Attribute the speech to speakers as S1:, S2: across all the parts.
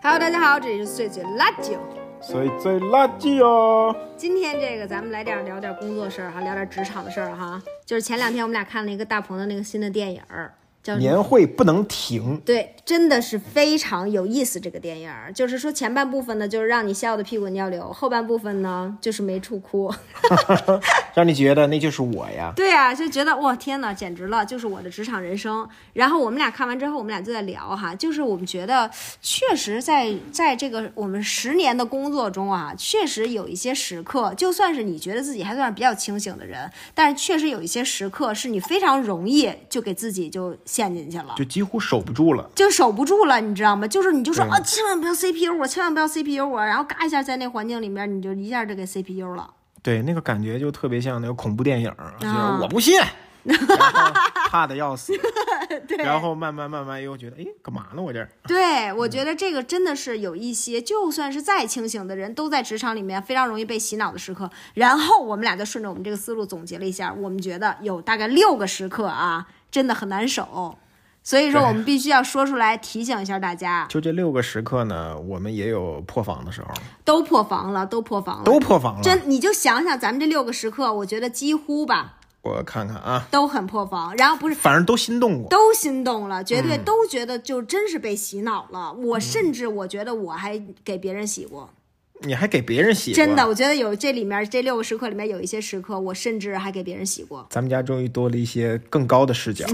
S1: Hello， 大家好，这里是碎嘴垃圾，
S2: 碎嘴垃圾哦。
S1: 今天这个咱们来聊点工作事儿哈，聊点职场的事儿哈。就是前两天我们俩看了一个大鹏的那个新的电影叫
S2: 年会不能停。
S1: 对，真的是非常有意思。这个电影就是说前半部分呢，就是让你笑得屁滚尿流；后半部分呢，就是没处哭，
S2: 让你觉得那就是我呀。
S1: 对啊，就觉得哇天哪，简直了，就是我的职场人生。然后我们俩看完之后，我们俩就在聊哈，就是我们觉得确实在这个我们10年的工作中啊，确实有一些时刻，就算是你觉得自己还算是比较清醒的人，但是确实有一些时刻是你非常容易就给自己就陷进去了，
S2: 就几乎守不住了，
S1: 就守不住了，你知道吗？就是你就说啊，千万不要 CPU 我，千万不要 CPU 我，然后嘎一下在那环境里面，你就一下就给 CPU 了。
S2: 对，那个感觉就特别像那个恐怖电影，就是我不信，然后怕的要死，
S1: 对，
S2: 然后慢慢又觉得，哎，干嘛呢我这儿？
S1: 对，我觉得这个真的是有一些，就算是再清醒的人，都在职场里面非常容易被洗脑的时刻。然后我们俩就顺着我们这个思路总结了一下，我们觉得有大概6个时刻啊，真的很难守。所以说我们必须要说出来提醒一下大家。
S2: 就这6个时刻呢，我们也有破防的时候，
S1: 都破防了。真，你就想想咱们这6个时刻，我觉得几乎吧，
S2: 我看看啊，
S1: 都很破防。然后不是，
S2: 反正都心动过，
S1: 都心动了，绝对都觉得就真是被洗脑了。我甚至我觉得我还给别人洗过。
S2: 你还给别人洗过？
S1: 真的，我觉得有这里面这6个时刻里面有一些时刻，我甚至还给别人洗过。
S2: 咱们家终于多了一些更高的视角。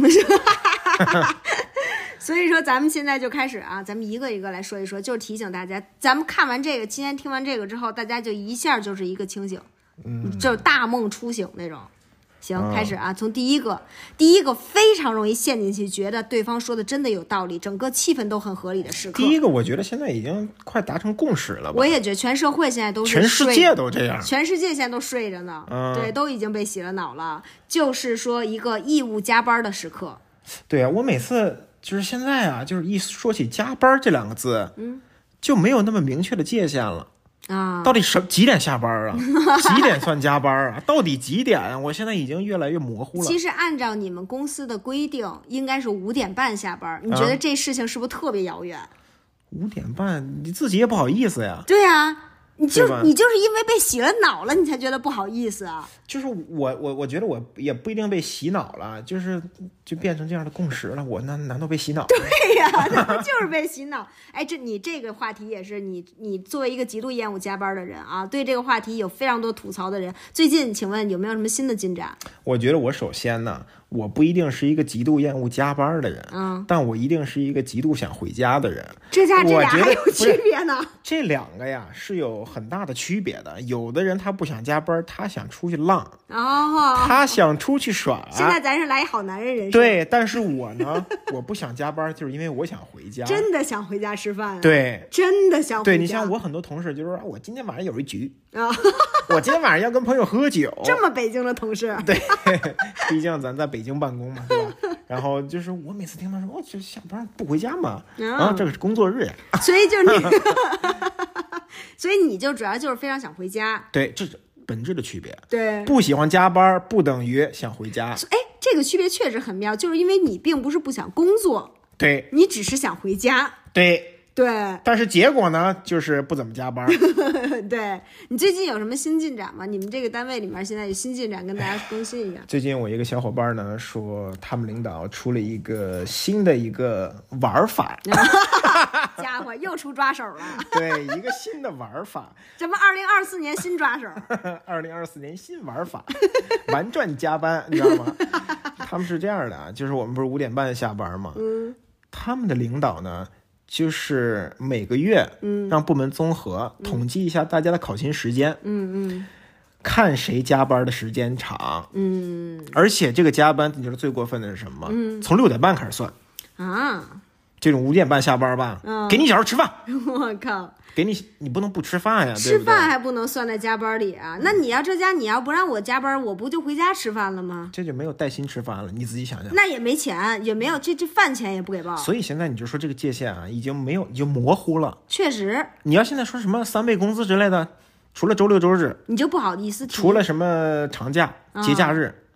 S1: 所以说咱们现在就开始啊，咱们一个一个来说一说，就是提醒大家，咱们看完这个，今天听完这个之后，大家就一下就是一个清醒，就是大梦初醒那种。行，开始啊，从第一个非常容易陷进去，觉得对方说的真的有道理，整个气氛都很合理的时刻。
S2: 第一个我觉得现在已经快达成共识了吧？
S1: 我也觉得全社会现在都是
S2: 全世界都这样，
S1: 全世界现在都睡着呢，对，都已经被洗了脑了。就是说一个义务加班的时刻。
S2: 对啊，我每次就是现在啊，就是一说起加班这2个字，就没有那么明确的界限了。到底几点下班啊？几点算加班啊？到底几点？我现在已经越来越模糊了。
S1: 其实按照你们公司的规定，应该是5点半下班。你觉得这事情是不是特别遥远
S2: ？5点半，你自己也不好意思呀。
S1: 对啊，你就是因为被洗了脑了，你才觉得不好意思啊。
S2: 就是我觉得我也不一定被洗脑了，就变成这样的共识了。我难道被洗脑了？
S1: 对呀，那就是被洗脑。哎，你这个话题也是你作为一个极度厌恶加班的人啊，对这个话题有非常多吐槽的人。最近请问有没有什么新的进展？
S2: 我觉得我首先呢，我不一定是一个极度厌恶加班的人，但我一定是一个极度想回家的人。
S1: 这俩还有区别呢？
S2: 这2个呀是有很大的区别的。有的人他不想加班，他想出去浪。他想出去耍。
S1: 现在咱是来好男人人生。
S2: 对，但是我呢，我不想加班，就是因为我想回家。
S1: 真的想回家吃饭啊？
S2: 对，
S1: 真的想回家。
S2: 对，你像我很多同事就说，我今天晚上有一局我今天晚上要跟朋友喝酒。
S1: 这么北京的同事。
S2: 对，毕竟咱在北京办公嘛，对吧？然后就是我每次听他说，这下班不回家嘛，这个是工作日呀。
S1: 所以就是所以你就主要就是非常想回家。
S2: 对，这是本质的区别。
S1: 对，
S2: 不喜欢加班不等于想回家。
S1: 哎，这个区别确实很妙，就是因为你并不是不想工作，
S2: 对，
S1: 你只是想回家。对，
S2: 但是结果呢，就是不怎么加班。
S1: 对，你最近有什么新进展吗？你们这个单位里面现在有新进展，跟大家更新一下。
S2: 最近我一个小伙伴呢说，他们领导出了一个新的一个玩法。
S1: 家伙又出抓手了。
S2: 对，一个新的玩法。
S1: 什么2024年新抓手
S2: ？2024年新玩法，玩转加班，你知道吗？他们是这样的啊，就是我们不是5点半下班吗？他们的领导呢，就是每个月让部门综合统计一下大家的考勤时间，看谁加班的时间长，而且这个加班你知道最过分的是什么吗？从6点半开始算啊，这种5点半下班吧，给你1小时吃饭。
S1: 我靠，
S2: 给你不能不吃饭呀，
S1: 吃饭还不能算在加班里啊？那你要你要不让我加班，我不就回家吃饭了吗？
S2: 这就没有带薪吃饭了，你自己想想。
S1: 那也没钱，也没有这饭钱也不给报。
S2: 所以现在你就说这个界限啊，已经模糊了。
S1: 确实，
S2: 你要现在说什么3倍工资之类的，除了周6周日，
S1: 你就不好意思提。
S2: 除了什么长假、节假日，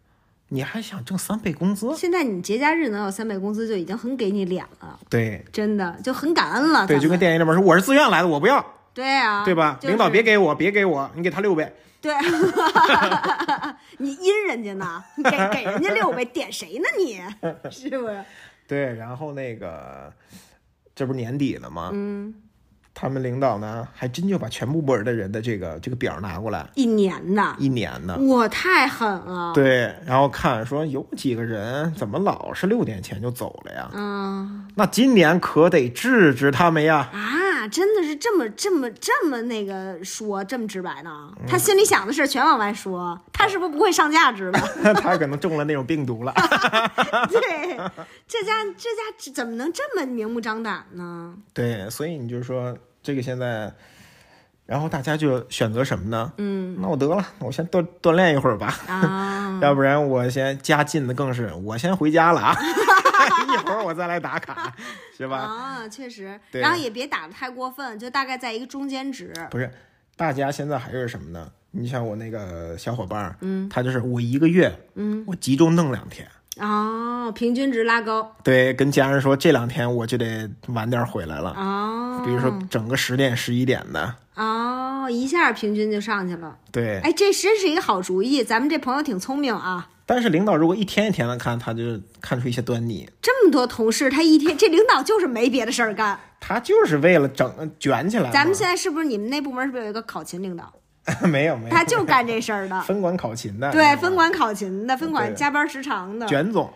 S2: 你还想挣3倍工资？
S1: 现在你节假日能有3倍工资就已经很给你脸了，
S2: 对，
S1: 真的就很感恩了。
S2: 对，就跟电影里面说我是自愿来的，我不要。
S1: 对啊，
S2: 对吧？
S1: 就是、
S2: 领导别给我，你给他6倍。
S1: 对，你阴人家呢，你给人家6倍，点谁呢你？是不是？
S2: 对，然后那个，这不是年底了吗？他们领导呢，还真就把全部部门的人的这个表拿过来
S1: ，1年的，我太狠了。
S2: 对，然后看说有几个人怎么老是6点前就走了呀？那今年可得治治他们呀！
S1: 啊，真的是这么那个说这么直白呢？他心里想的事全往外说，他是不会上价值了？
S2: 他可能中了那种病毒了。
S1: 对，这家怎么能这么明目张胆呢？
S2: 对，所以你就说这个现在，然后大家就选择什么呢？那我得了，我先锻炼一会儿吧，要不然我先家近的更是，我先回家了啊。一会儿我再来打卡，是吧？
S1: 啊，确实，然后也别打得太过分，就大概在一个中间值。
S2: 不是，大家现在还是什么呢？你像我那个小伙伴，他就是我1个月，我集中弄2天。
S1: 平均值拉高。
S2: 对，跟家人说这2天我就得晚点回来了。比如说整个10点11点的。
S1: 一下平均就上去了。
S2: 对，
S1: 哎，这真是一个好主意，咱们这朋友挺聪明啊。
S2: 但是领导如果一天一天的看，他就看出一些端倪。
S1: 这么多同事，他一天，这领导就是没别的事儿干，
S2: 他就是为了卷起来。
S1: 咱们现在是不是你们那部门是不是有一个考勤领导？
S2: 没有，
S1: 他就干这事儿的，
S2: 分管考勤的。
S1: 对，分管考勤的，分管加班时长的，
S2: 卷总，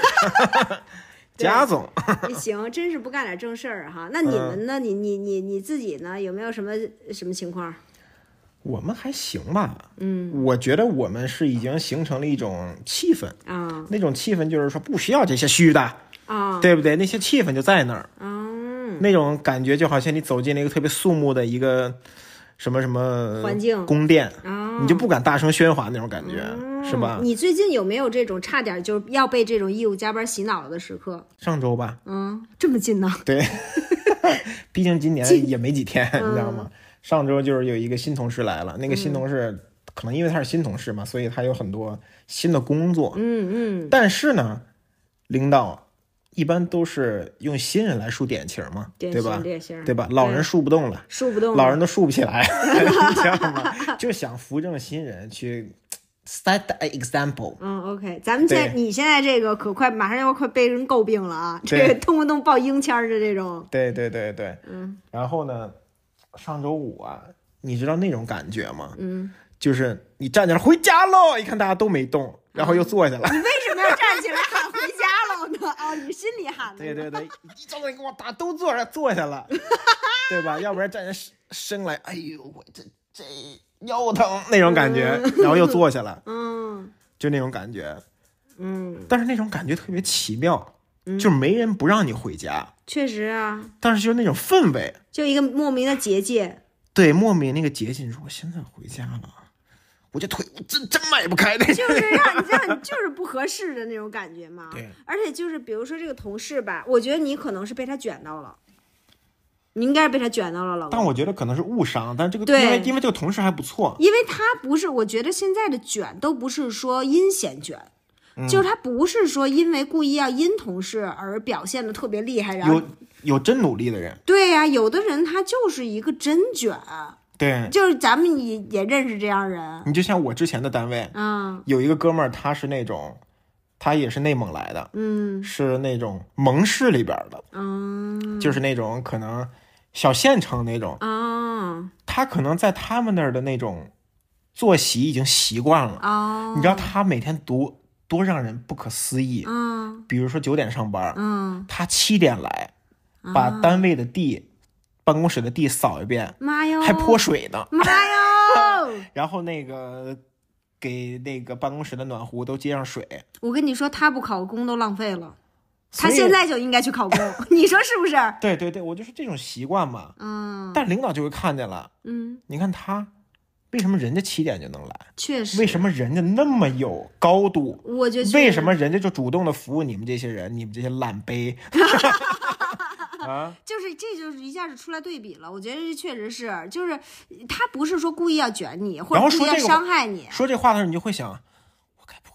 S2: 贾总。
S1: 行，真是不干点正事儿哈。那你们呢？你自己呢？有没有什么情况？
S2: 我们还行吧，我觉得我们是已经形成了一种气氛啊，那种气氛就是说不需要这些虚的啊，对不对？那些气氛就在那儿，那种感觉就好像你走进了一个特别肃穆的一个什么
S1: 环境
S2: 宫殿，你就不敢大声喧哗那种感觉，是吧？
S1: 你最近有没有这种差点就要被这种义务加班洗脑了的时刻？
S2: 上周吧，
S1: 这么近呢？
S2: 对，毕竟今年也没几天，你知道吗？上周就是有一个新同事来了，那个新同事可能因为他是新同事嘛，所以他有很多新的工作。但是呢，领导一般都是用新人来树点情嘛，对吧？对吧？老人树不动了，老人都树不起来，你知道吗？就想扶正新人去 set an example。
S1: OK， 咱们你现在这个可马上要快被人诟病了啊！这个动不动报英签的这种。
S2: 对。然后呢？上周5啊，你知道那种感觉吗？就是你站起来回家喽，一看大家都没动，然后又坐下来。
S1: 你为什么要站起来喊回家喽呢？你心里喊的。
S2: 对，一招来给我打，都坐下了，对吧？要不然站起身来，哎呦，我这腰疼那种感觉，然后又坐下了，就那种感觉，但是那种感觉特别奇妙。就没人不让你回家，
S1: 确实啊。但
S2: 是就是那种氛围，
S1: 就一个莫名的结界。
S2: 对，莫名那个结界，你说我现在回家了，我这腿我真迈不开那种。
S1: 就是让你就是不合适的那种感觉嘛。
S2: 对。
S1: 而且就是比如说这个同事吧，我觉得你可能是被他卷到了，你应该是被他卷到了，老公。
S2: 但我觉得可能是误伤，但这个因为这个同事还不错，
S1: 因为他不是，我觉得现在的卷都不是说阴险卷。就是他不是说因为故意要阴同事而表现的特别厉害，然后
S2: 有真努力的人。
S1: 对呀，有的人他就是一个真卷。
S2: 对，
S1: 就是咱们也认识这样人。
S2: 你就像我之前的单位，有一个哥们儿，他是那种，他也是内蒙来的，是那种蒙市里边的，就是那种可能小县城那种，他可能在他们那儿的那种作息已经习惯了，你知道他每天多让人不可思议，比如说9点上班，他7点来，把单位的办公室的地扫一遍，
S1: 妈哟，
S2: 还泼水呢，
S1: 妈哟，
S2: 然后那个给那个办公室的暖壶都接上水。
S1: 我跟你说，他不考公都浪费了，他现在就应该去考公，你说是不是？
S2: 对，我就是这种习惯嘛，但领导就会看见了，你看他。为什么人家7点就能来？
S1: 确实。
S2: 为什么人家那么有高度？
S1: 我觉得
S2: 为什么人家就主动的服务你们这些人？你们这些懒杯。
S1: 就是一下子出来对比了。我觉得这确实是，就是他不是说故意要卷你，或者故意要伤害你。
S2: 说这话的时候，你就会想，我该不会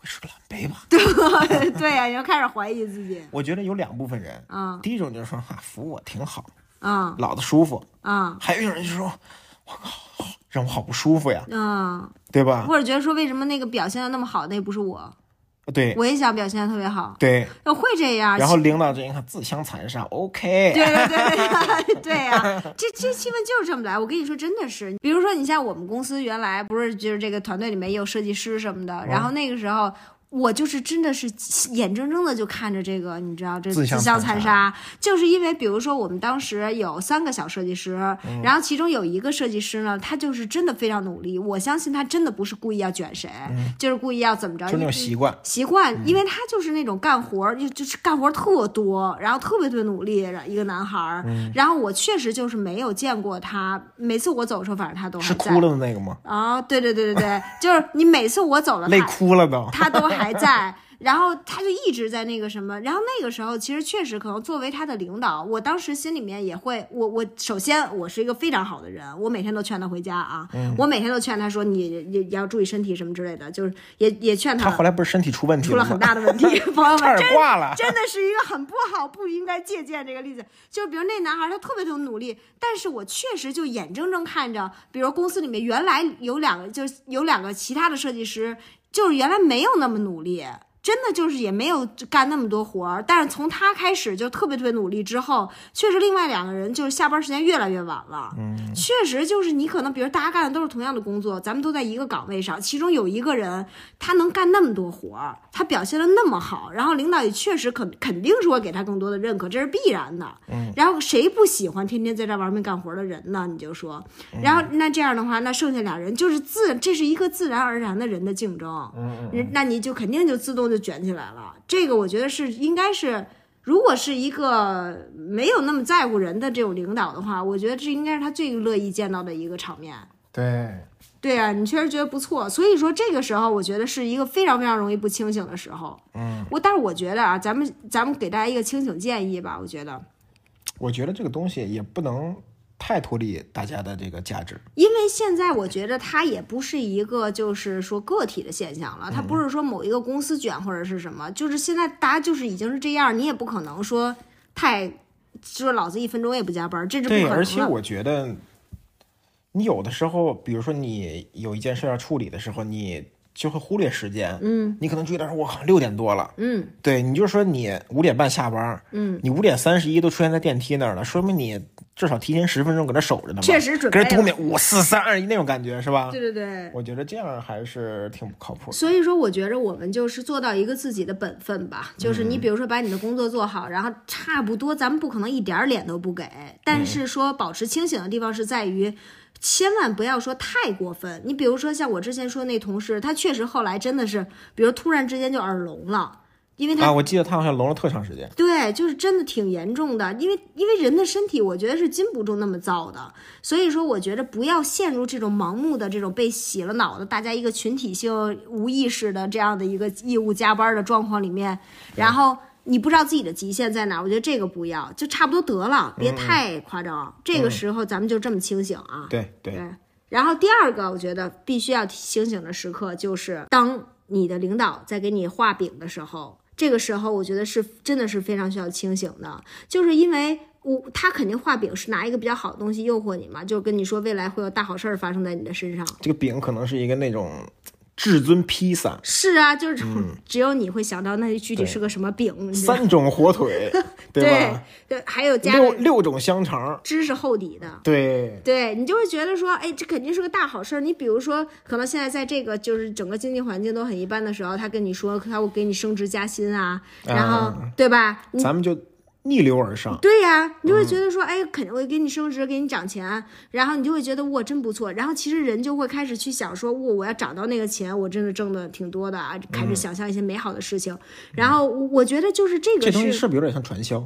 S2: 会是个懒杯吧？
S1: 对呀、你要开始怀疑自己。
S2: 我觉得有两部分人，第一种就是说服务我挺好，老子舒服，还有一种人就是说，我靠，让我好不舒服呀，对吧？
S1: 或者觉得说为什么那个表现的那么好，那不是我。
S2: 对，
S1: 我也想表现的特别好，
S2: 对，
S1: 会这样。
S2: 然后领导这一看自相残杀 ，OK，
S1: 对呀，这气氛就是这么来。我跟你说，真的是，比如说你像我们公司原来不是就是这个团队里面也有设计师什么的，然后那个时候。我就是真的是眼睁睁的就看着这个，你知道这自相残杀，就是因为比如说我们当时有3个小设计师，然后其中有一个设计师呢，他就是真的非常努力，我相信他真的不是故意要卷谁，就是故意要怎么着，
S2: 就那种习惯，
S1: 因为他就是那种干活就是干活特多，然后特别努力一个男孩，然后我确实就是没有见过他，每次我走的时候，反正他都还在。
S2: 是哭了的那个吗？
S1: 对，就是你每次我走了，
S2: 累哭了都，
S1: 他都还在，然后他就一直在那个什么，然后那个时候其实确实可能作为他的领导，我当时心里面也会，我首先我是一个非常好的人，我每天都劝他回家啊，我每天都劝他说你要注意身体什么之类的，就是也劝他。
S2: 他后来不是身体出问题了吗？
S1: 出了很大的问题，朋友们，真的是一个很不好，不应该借鉴这个例子。就比如那男孩他特别努力，但是我确实就眼睁睁看着，比如公司里面原来有两个其他的设计师，就是原来没有那么努力。真的就是也没有干那么多活儿，但是从他开始就特别努力之后，确实另外2个人就是下班时间越来越晚了。确实就是你可能比如大家干的都是同样的工作，咱们都在一个岗位上，其中有一个人他能干那么多活儿，他表现得那么好，然后领导也确实肯定是会给他更多的认可，这是必然的。然后谁不喜欢天天在这玩命干活的人呢？你就说，然后那这样的话，那剩下2人就是这是一个自然而然的人的竞争。那你就肯定就自动就卷起来了。这个我觉得是应该是，如果是一个没有那么在乎人的这种领导的话，我觉得这应该是他最乐意见到的一个场面。对啊，你确实觉得不错，所以说这个时候我觉得是一个非常非常容易不清醒的时候。但是我觉得啊，咱们给大家一个清醒建议吧。我觉得
S2: 这个东西也不能太脱离大家的这个价值，
S1: 因为现在我觉得它也不是一个就是说个体的现象了，它不是说某一个公司卷或者是什么，就是现在大家就是已经是这样，你也不可能说说老子1分钟也不加班，这是不可能的。
S2: 对，而且我觉得你有的时候，比如说你有一件事要处理的时候，你就会忽略时间，你可能觉得说我靠6点多了，对，你就说你5点半下班，你5点31都出现在电梯那儿了，说明你至少提前10分钟搁那守着呢嘛，
S1: 确实准备了，
S2: 搁这5秒5、4、3、2、1那种感觉是吧？
S1: 对，
S2: 我觉得这样还是挺不靠谱的。
S1: 所以说，我觉得我们就是做到一个自己的本分吧，就是你比如说把你的工作做好，然后差不多咱们不可能一点脸都不给，但是说保持清醒的地方是在于。千万不要说太过分，你比如说像我之前说那同事，他确实后来真的是，比如突然之间就耳聋了，因为他
S2: 我记得他好像聋了特长时间。
S1: 对，就是真的挺严重的，因为人的身体我觉得是禁不住那么造的，所以说我觉得不要陷入这种盲目的这种被洗了脑的大家一个群体性无意识的这样的一个义务加班的状况里面，然后你不知道自己的极限在哪，我觉得这个不要，就差不多得了，别太夸张。这个时候咱们就这么清醒啊。
S2: 对。
S1: 然后第二个，我觉得必须要清醒的时刻，就是当你的领导在给你画饼的时候，这个时候我觉得是真的是非常需要清醒的，就是因为他肯定画饼是拿一个比较好的东西诱惑你嘛，就跟你说未来会有大好事儿发生在你的身上。
S2: 这个饼可能是一个那种至尊披萨，
S1: 是啊，就是只有你会想到那具体是个什么饼
S2: ，3种火腿，对吧？
S1: 对，还有加
S2: 6种香肠，
S1: 芝士厚底的，
S2: 对，
S1: 你就会觉得说，哎，这肯定是个大好事儿。你比如说，可能现在在这个就是整个经济环境都很一般的时候，他跟你说他会给你升职加薪啊，然后对吧？
S2: 咱们就逆流而上，
S1: 对呀，你就会觉得说，哎，肯定会给你升职，给你涨钱，然后你就会觉得哇，真不错。然后其实人就会开始去想说，我要涨到那个钱，我真的挣的挺多的啊，开始想象一些美好的事情。然后我觉得就是这个
S2: 东西是不是有点像传销？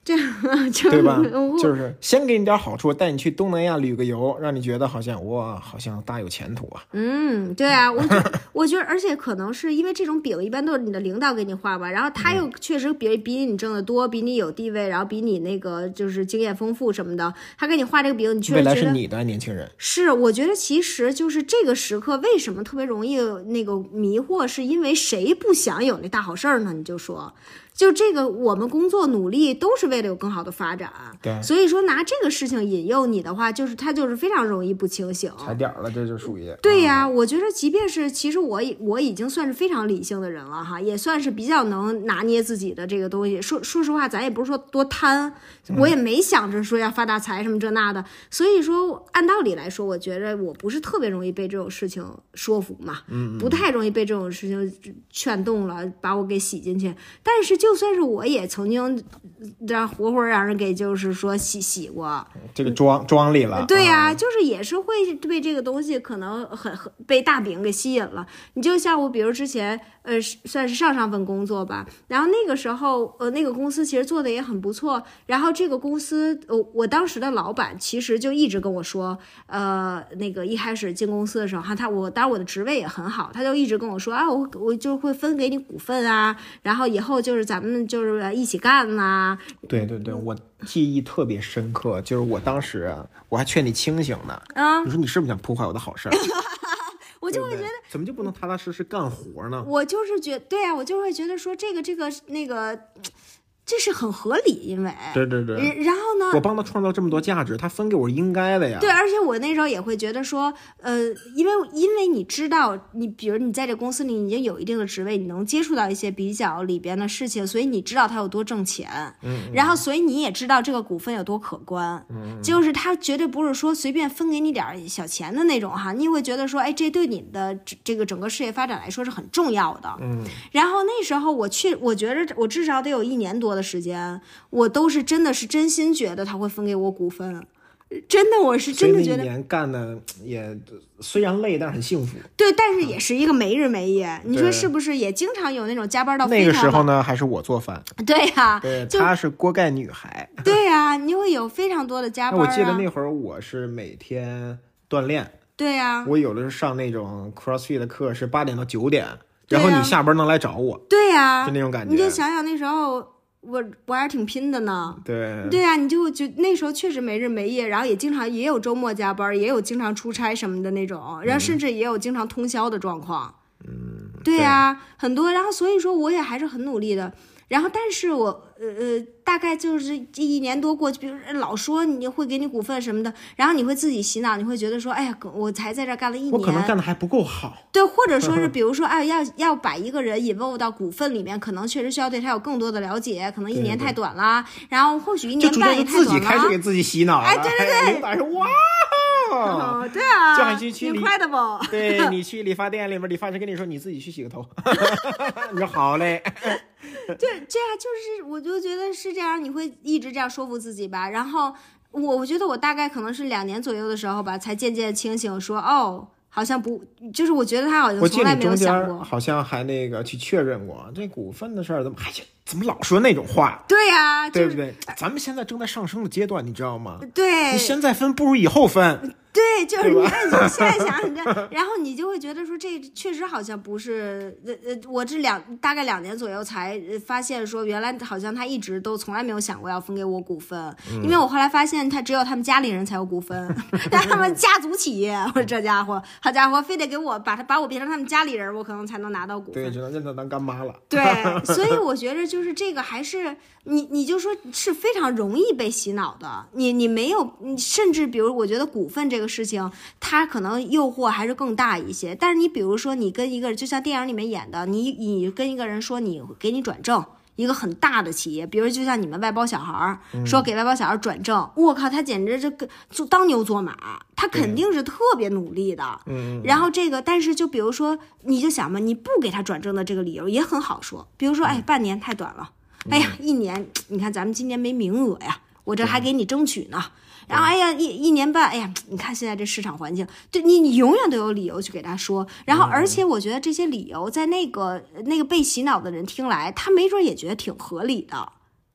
S2: 对吧？就是先给你点好处，带你去东南亚旅个游，让你觉得好像大有前途啊。
S1: 对啊，我觉得，而且可能是因为这种饼一般都是你的领导给你画吧，然后他又确实比你挣得多，比你有地位，然后比你那个就是经验丰富什么的，他给你画这个饼，你确实
S2: 未来是你的年轻人。
S1: 是，我觉得其实就是这个时刻为什么特别容易那个迷惑，是因为谁不想有那大好事儿呢？你就说。就这个，我们工作努力都是为了有更好的发展，
S2: 对，
S1: 所以说拿这个事情引诱你的话，就是他就是非常容易不清醒，
S2: 踩点了，这就属于
S1: 对呀。我觉得即便是其实我已经算是非常理性的人了哈，也算是比较能拿捏自己的这个东西。说实话，咱也不是说多贪，我也没想着说要发大财什么这那的，所以说按道理来说，我觉得我不是特别容易被这种事情说服嘛，不太容易被这种事情劝动了，把我给洗进去。但是就算是我也曾经活活让人给就是说洗过，
S2: 这个装里了。
S1: 对呀，就是也是会被这个东西可能很被大饼给吸引了。你就像我，比如之前算是上份工作吧，然后那个时候那个公司其实做的也很不错，然后这个公司我当时的老板其实就一直跟我说，那个一开始进公司的时候哈，当然我的职位也很好，他就一直跟我说啊，我就会分给你股份啊，然后以后就是咱们就是一起干呐。
S2: 对，我记忆特别深刻，就是我当时我还劝你清醒呢，你说你是不是想破坏我的好事儿？
S1: 我就会觉得
S2: 怎么就不能踏踏实实干活呢？
S1: 我就是对啊，我就会觉得说这个那个。这是很合理，因为
S2: 对，
S1: 然后呢，
S2: 我帮他创造这么多价值，他分给我是应该的呀。
S1: 对，而且我那时候也会觉得说，因为你知道，你比如你在这公司里你已经有一定的职位，你能接触到一些比较里边的事情，所以你知道它有多挣钱，然后所以你也知道这个股份有多可观，就是它绝对不是说随便分给你点小钱的那种哈，你会觉得说，哎，这对你的这个整个事业发展来说是很重要的，然后那时候我觉得我至少得有1年多的时间，我都是真心觉得他会分给我股份，真的，我是真的觉得。
S2: 所以那1年干的也虽然累，但是很幸福。
S1: 对，但是也是一个没日没夜。你说是不是？也经常有那种加班到
S2: 那个时候呢，还是我做饭。
S1: 对呀，
S2: 对，她是锅盖女孩。
S1: 对呀，你会有非常多的加班。
S2: 我记得那会儿我是每天锻炼。对
S1: 呀，
S2: 我有的是上那种 CrossFit 的课，是8点到9点。然后你下班能来找我，
S1: 对呀，
S2: 就那种感觉。
S1: 你就想想那时候，我还是挺拼的呢。
S2: 对
S1: 呀，你就那时候确实没日没夜，然后也经常也有周末加班，也有经常出差什么的那种，然后甚至也有经常通宵的状况。对呀，很多。然后所以说我也还是很努力的。然后但是我大概就是这1年多过去，比如老说你会给你股份什么的，然后你会自己洗脑，你会觉得说，哎呀，我才在这干了1年，
S2: 我可能干的还不够好。
S1: 对，或者说是比如说，哎，要把一个人involve到股份里面，可能确实需要对他有更多的了解，可能1年太短了，然后或许1年半也太短了。
S2: 自己开始给自己洗脑了。
S1: 哎，对，
S2: 领导说哇。
S1: 对啊，
S2: 叫你去
S1: incredible。
S2: 对，你去理发店里面，理发师跟你说你自己去洗个头，你说好嘞。
S1: 对，这样就是我就觉得是这样，你会一直这样说服自己吧。然后我觉得我大概可能是2年左右的时候吧，才渐渐清醒，说哦，好像不，就是我觉得他好像从来没有想过，
S2: 好像还那个去确认过这股份的事儿，怎么老说那种话？
S1: 对呀，
S2: 对不对？咱们现在正在上升的阶段，你知道吗？
S1: 对，
S2: 你现在分不如以后分。
S1: 对，就是你看，你现在想你这，然后你就会觉得说，这确实好像不是，我这大概2年左右才发现说，原来好像他一直都从来没有想过要分给我股份，因为我后来发现他只有他们家里人才有股份，他们家族企业，我说这家伙，好家伙，非得给我把我变成他们家里人，我可能才能拿到股份，
S2: 对，只能认他当干妈了。
S1: 对，所以我觉得就是这个还是你就说是非常容易被洗脑的，你没有，甚至比如我觉得股份这个事情，它可能诱惑还是更大一些。但是你比如说，你跟一个就像电影里面演的，你跟一个人说给你转正，一个很大的企业，比如就像你们外包小孩说给外包小孩转正，我靠，他简直就当牛做马，他肯定是特别努力的。然后但是就比如说，你就想嘛，你不给他转正的这个理由也很好说，比如说，哎，半年太短了，哎呀，1年，你看咱们今年没名额呀，我这还给你争取呢。然后哎呀，1年半，哎呀，你看现在这市场环境，对你永远都有理由去给他说。然后而且我觉得这些理由在那个被洗脑的人听来，他没准也觉得挺合理的。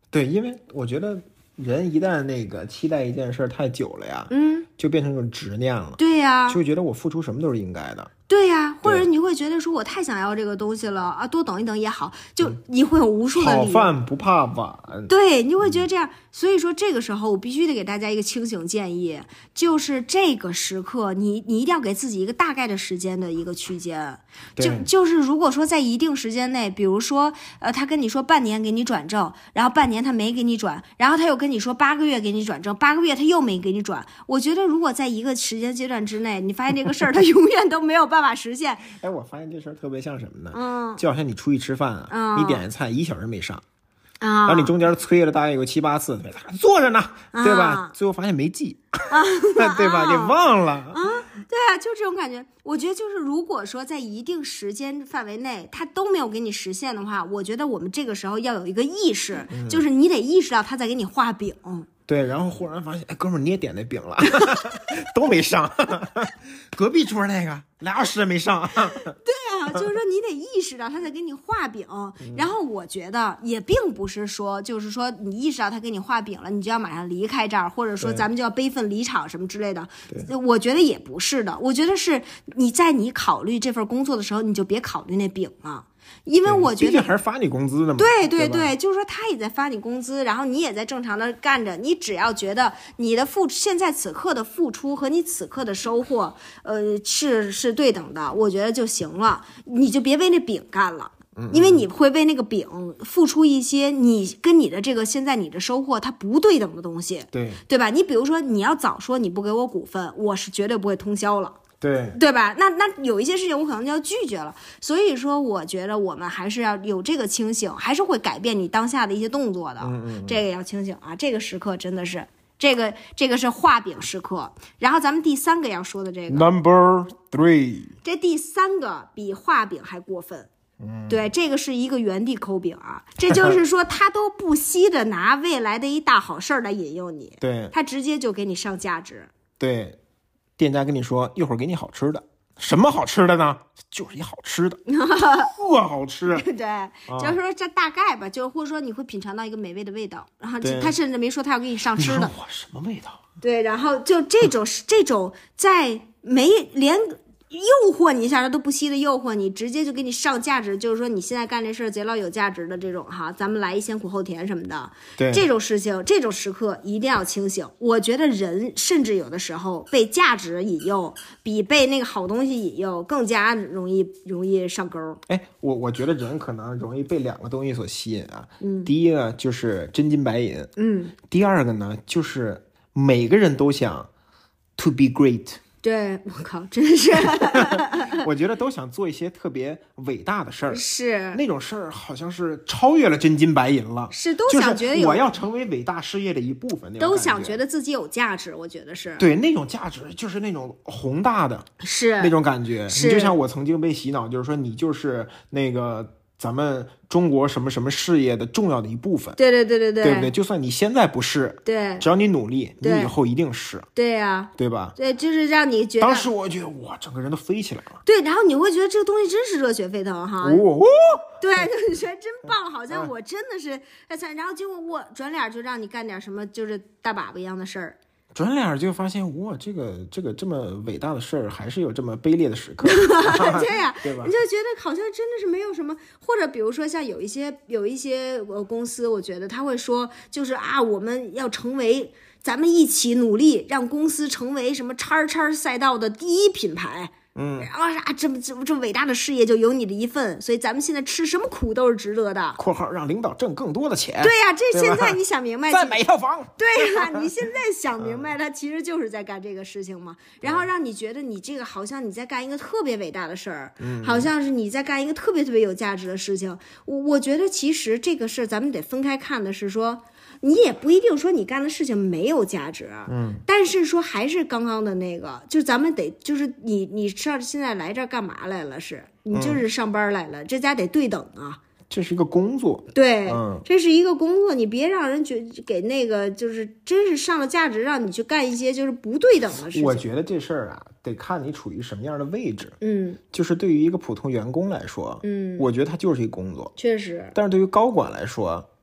S2: 对，因为我觉得人一旦那个期待一件事太久了呀，就变成一种执念了。
S1: 对呀，
S2: 就会觉得我付出什么都是应该的。
S1: 对呀，或者你会觉得说我太想要这个东西了啊，多等一等也好，就你会有无数的理由。
S2: 好饭不怕晚。
S1: 对，你会觉得这样，所以说这个时候我必须得给大家一个清醒建议，就是这个时刻你一定要给自己一个大概的时间的一个区间，就是如果说在一定时间内，比如说他跟你说半年给你转正，然后半年他没给你转，然后他又跟你说8个月给你转正，8个月他又没给你转，我觉得如果在一个时间阶段之内，你发现这个事儿他永远都没有办法实现。
S2: 哎，我发现这事儿特别像什么呢？就好像你出去吃饭啊，你点的菜1小时没上。然后你中间催了大概有7、8次，坐着呢，对吧？最后发现没记，对吧？给忘了。
S1: 对啊，就这种感觉。我觉得就是，如果说在一定时间范围内，他都没有给你实现的话，我觉得我们这个时候要有一个意识，就是你得意识到他在给你画饼。
S2: 对，然后忽然发现，哎，哥们儿，你也点那饼了，都没上。隔壁桌那个2小时也没上。
S1: 对啊，就是说你得意识到他在给你画饼。然后我觉得也并不是说，就是说你意识到他给你画饼了，你就要马上离开这儿，或者说咱们就要悲愤离场什么之类的。我觉得也不是的，我觉得是你在你考虑这份工作的时候，你就别考虑那饼了。因为我觉得
S2: 毕竟还是发你工资的嘛。
S1: 对，就是说他也在发你工资，然后你也在正常的干着，你只要觉得你的现在此刻的付出和你此刻的收获，是对等的，我觉得就行了，你就别为那饼干了。因为你会为那个饼付出一些你跟你的这个现在你的收获它不对等的东西，对吧？你比如说你要早说你不给我股份，我是绝对不会通宵了。对吧？那有一些事情我可能就要拒绝了，所以说我觉得我们还是要有这个清醒，还是会改变你当下的一些动作的。这个要清醒啊！这个时刻真的是这个是画饼时刻。然后咱们第3个要说的这个
S2: Number 3，
S1: 这第3个比画饼还过分。对，这个是一个原地抠饼啊！这就是说他都不惜的拿未来的一大好事儿来引诱你，
S2: 对，
S1: 他直接就给你上价值。
S2: 对。店家跟你说一会儿给你好吃的，什么好吃的呢？就是一好吃的，特好吃。
S1: 对，就是说这大概吧，就或者说你会品尝到一个美味的味道，然后他甚至没说他要给你上吃的。
S2: 哇，什么味道？
S1: 对，然后就这种在连诱惑你一下，他都不惜的诱惑你，直接就给你上价值，就是说你现在干这事儿贼老有价值的这种哈，咱们来一先苦后甜什么的，
S2: 对，
S1: 这种事情这种时刻一定要清醒。我觉得人甚至有的时候被价值引诱，比被那个好东西引诱更加容易上钩。
S2: 哎，我觉得人可能容易被2个东西所吸引啊。第一个就是真金白银，第二个呢就是每个人都想 to be great。
S1: 对，我靠，真是
S2: 我觉得都想做一些特别伟大的事儿，
S1: 是
S2: 那种事儿好像是超越了真金白银了，
S1: 是都想觉得
S2: 我要成为伟大事业的一部分，
S1: 都想觉得自己有价值。我觉得是
S2: 对那种价值，就是那种宏大的，
S1: 是
S2: 那种感觉。你就像我曾经被洗脑，就是说你就是那个咱们中国什么什么事业的重要的一部分。
S1: 对，
S2: 对不对？就算你现在不是，
S1: 对，
S2: 只要你努力，你以后一定是。
S1: 对呀，
S2: 对吧？
S1: 对，就是让你觉得。
S2: 当时我觉得哇，整个人都飞起来了。
S1: 对，然后你会觉得这个东西真是热血沸腾哈。对，就觉得真棒，好像我真的是然后结果我转脸就让你干点什么就是大粑粑一样的事儿。
S2: 转脸就发现哇，这个这么伟大的事儿，还是有这么卑劣的时刻。
S1: 对呀，
S2: 对吧？
S1: 你就觉得好像真的是没有什么，或者比如说像有一些公司，我觉得他会说，就是啊，我们要成为，咱们一起努力，让公司成为什么叉赛道的第1品牌。然后啊，这伟大的事业就有你的一份，所以咱们现在吃什么苦都是值得的。
S2: 括号让领导挣更多的钱。
S1: 对呀，这现在你想明白，
S2: 再买一套房。
S1: 对呀，你现在想明白，他其实就是在干这个事情嘛。然后让你觉得你这个好像你在干一个特别伟大的事儿，好像是你在干一个特别特别有价值的事情。我觉得其实这个事儿咱们得分开看的是说。你也不一定说你干的事情没有价值，但是说还是刚刚的那个，就咱们得就是你上现在来这儿干嘛来了？是你就是上班来了，这家得对等啊。
S2: 这是一个工作，
S1: 对，这是一个工作，你别让人给那个就是真是上了价值，让你去干一些就是不对等的事情。
S2: 我觉得这事儿啊，得看你处于什么样的位置。就是对于一个普通员工来说，我觉得他就是一个工作，
S1: 确实。
S2: 但是对于高管来说，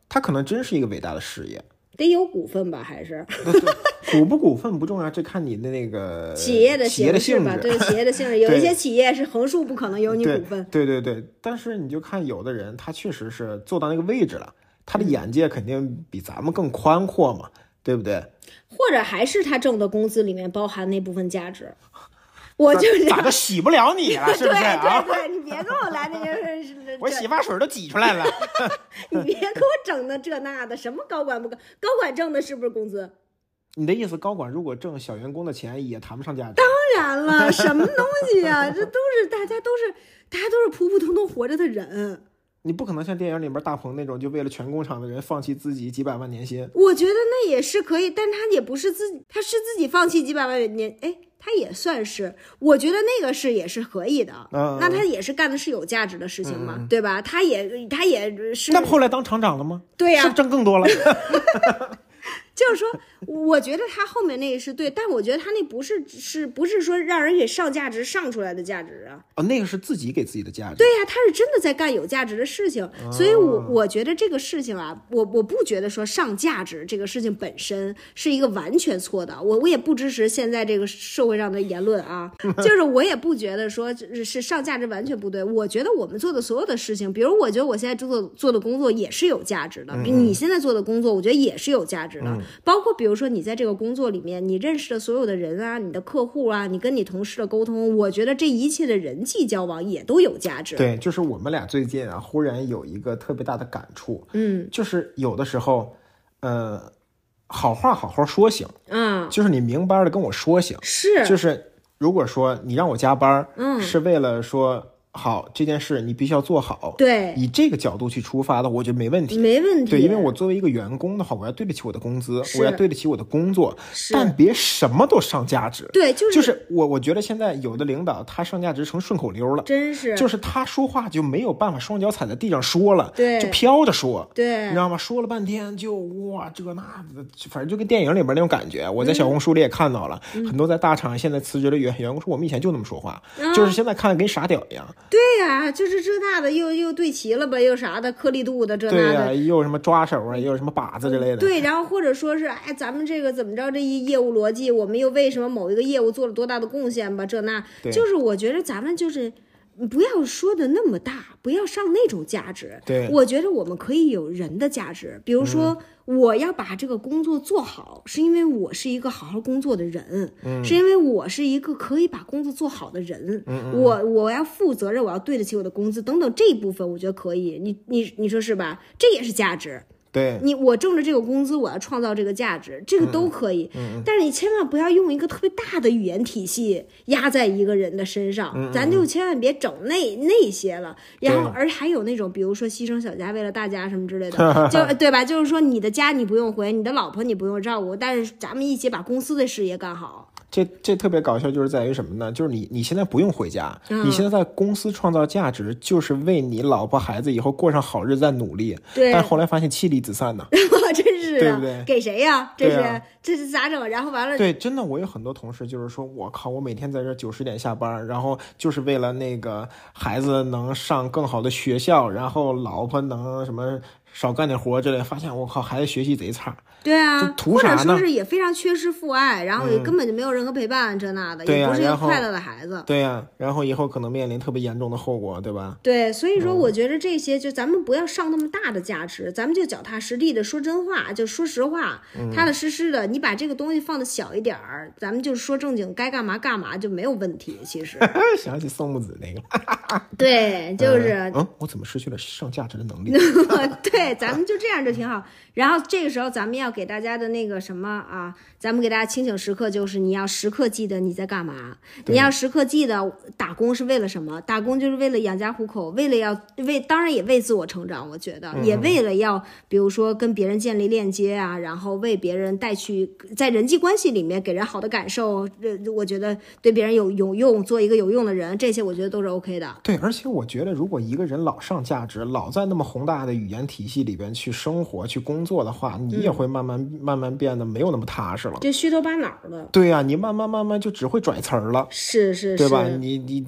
S2: 它可能真是一个伟大的事业。
S1: 得有股份吧？还是
S2: 股不股份不重要，这看你的那个
S1: 企业的
S2: 性质
S1: 吧？对，企业的性质，有一些企业是横竖不可能有你股份。
S2: 对，但是你就看有的人，他确实是做到那个位置了，他的眼界肯定比咱们更宽阔嘛，对不对？
S1: 或者还是他挣的工资里面包含那部分价值。我就是
S2: 咋就洗不了你了，是不是啊？
S1: 对，你别跟我来那个，
S2: 我洗发水都挤出来了。
S1: 你别给我整的这那的，什么高管不高？高管挣的是不是工资？
S2: 你的意思，高管如果挣小员工的钱，也谈不上价值？
S1: 当然了，什么东西啊？这都是大家都是普普通通活着的人。
S2: 你不可能像电影里面大鹏那种，就为了全工厂的人放弃自己几百万年薪。
S1: 我觉得那也是可以，但他也不是他是自己放弃几百万年，哎，他也算是，我觉得那个是也是可以的。那他也是干的是有价值的事情嘛，对吧？他也是。
S2: 那后来当厂长了吗？
S1: 对呀，
S2: 是挣更多了。
S1: 就是说，我觉得他后面那个是对，但我觉得他那不是说让人给上价值上出来的价值啊。
S2: 那个是自己给自己的价值。
S1: 对呀，他是真的在干有价值的事情，所以我觉得这个事情啊，我不觉得说上价值这个事情本身是一个完全错的，我也不支持现在这个社会上的言论啊，就是我也不觉得说是上价值完全不对，我觉得我们做的所有的事情，比如我觉得我现在做的工作也是有价值的，比你现在做的工作，我觉得也是有价值的。包括比如说你在这个工作里面，你认识的所有的人啊，你的客户啊，你跟你同事的沟通，我觉得这一切的人际交往也都有价值。
S2: 对，就是我们俩最近啊，忽然有一个特别大的感触，就是有的时候，好话好好说行，就是你明白的跟我说行，就是如果说你让我加班，是为了说。好，这件事你必须要做好。
S1: 对，
S2: 以这个角度去出发的，我觉得没问题。对，因为我作为一个员工的话，我要对得起我的工资，我要对得起我的工作，但别什么都上价值。
S1: 对，
S2: 就是我觉得现在有的领导他上价值成顺口溜了，
S1: 真是，
S2: 就是他说话就没有办法双脚踩在地上说了，
S1: 对，
S2: 就飘着说，
S1: 对，
S2: 你知道吗？说了半天就哇这那的，反正就跟电影里边那种感觉。我在小红书里也看到了，很多在大厂现在辞职的员工说，我们以前就那么说话，就是现在看跟傻屌一样。
S1: 对呀，就是这那的又对齐了吧，又啥的颗粒度的这那的。
S2: 对呀，又有什么抓手啊，又有什么靶子之类的。
S1: 对，然后或者说是，哎，咱们这个怎么着，这一业务逻辑，我们又为什么某一个业务做了多大的贡献吧？这那，就是我觉得咱们就是不要说的那么大，不要上那种价值。
S2: 对，
S1: 我觉得我们可以有人的价值，比如说。我要把这个工作做好，是因为我是一个好好工作的人，是因为我是一个可以把工作做好的人，我要负责任，我要对得起我的工资等等这一部分，我觉得可以。你说是吧？这也是价值。
S2: 对，
S1: 我挣着这个工资，我要创造这个价值，这个都可以。但是你千万不要用一个特别大的语言体系压在一个人的身上，咱就千万别整那些了。然后而还有那种，比如说牺牲小家为了大家什么之类的，就对吧？就是说你的家你不用回，你的老婆你不用照顾，但是咱们一起把公司的事业干好。
S2: 这特别搞笑，就是在于什么呢？就是你现在不用回家，你现在在公司创造价值，就是为你老婆孩子以后过上好日子在努力。
S1: 对，
S2: 但后来发现妻离子散呢，
S1: 真是的，
S2: 对不对？
S1: 给谁呀？这是咋整？然后完了，
S2: 对，真的，我有很多同事就是说，我靠，我每天在这9、10点下班，然后就是为了那个孩子能上更好的学校，然后老婆能什么少干点活之类，发现我靠，孩子学习贼差。
S1: 对啊，
S2: 图啥呢？
S1: 或者说是也非常缺失父爱，然后也根本就没有任何陪伴，这那的，也不是一个快乐的孩子。
S2: 对呀，然后以后可能面临特别严重的后果，对吧？
S1: 对，所以说我觉得这些就咱们不要上那么大的价值，咱们就脚踏实地的说真话，就说实话，踏踏实实的。你把这个东西放的小一点儿，咱们就说正经，该干嘛干嘛就没有问题。其实
S2: 想起宋木子那个，
S1: 对，就是
S2: 我怎么失去了上价值的能力？
S1: 对，咱们就这样就挺好。然后这个时候咱们要给大家的那个什么啊，咱们给大家清醒时刻就是你要时刻记得你在干嘛，你要时刻记得打工是为了什么？打工就是为了养家糊口，当然也为自我成长，我觉得也为了要比如说跟别人建立链接啊，然后为别人带去在人际关系里面给人好的感受，我觉得对别人有用，做一个有用的人，这些我觉得都是 OK 的。
S2: 对，而且我觉得如果一个人老上价值，老在那么宏大的语言体系里边去生活去工作的话，你也会慢慢变得没有那么踏实了，
S1: 就虚头巴脑的。
S2: 对呀，你慢慢就只会拽词儿了，
S1: 是，
S2: 对吧？你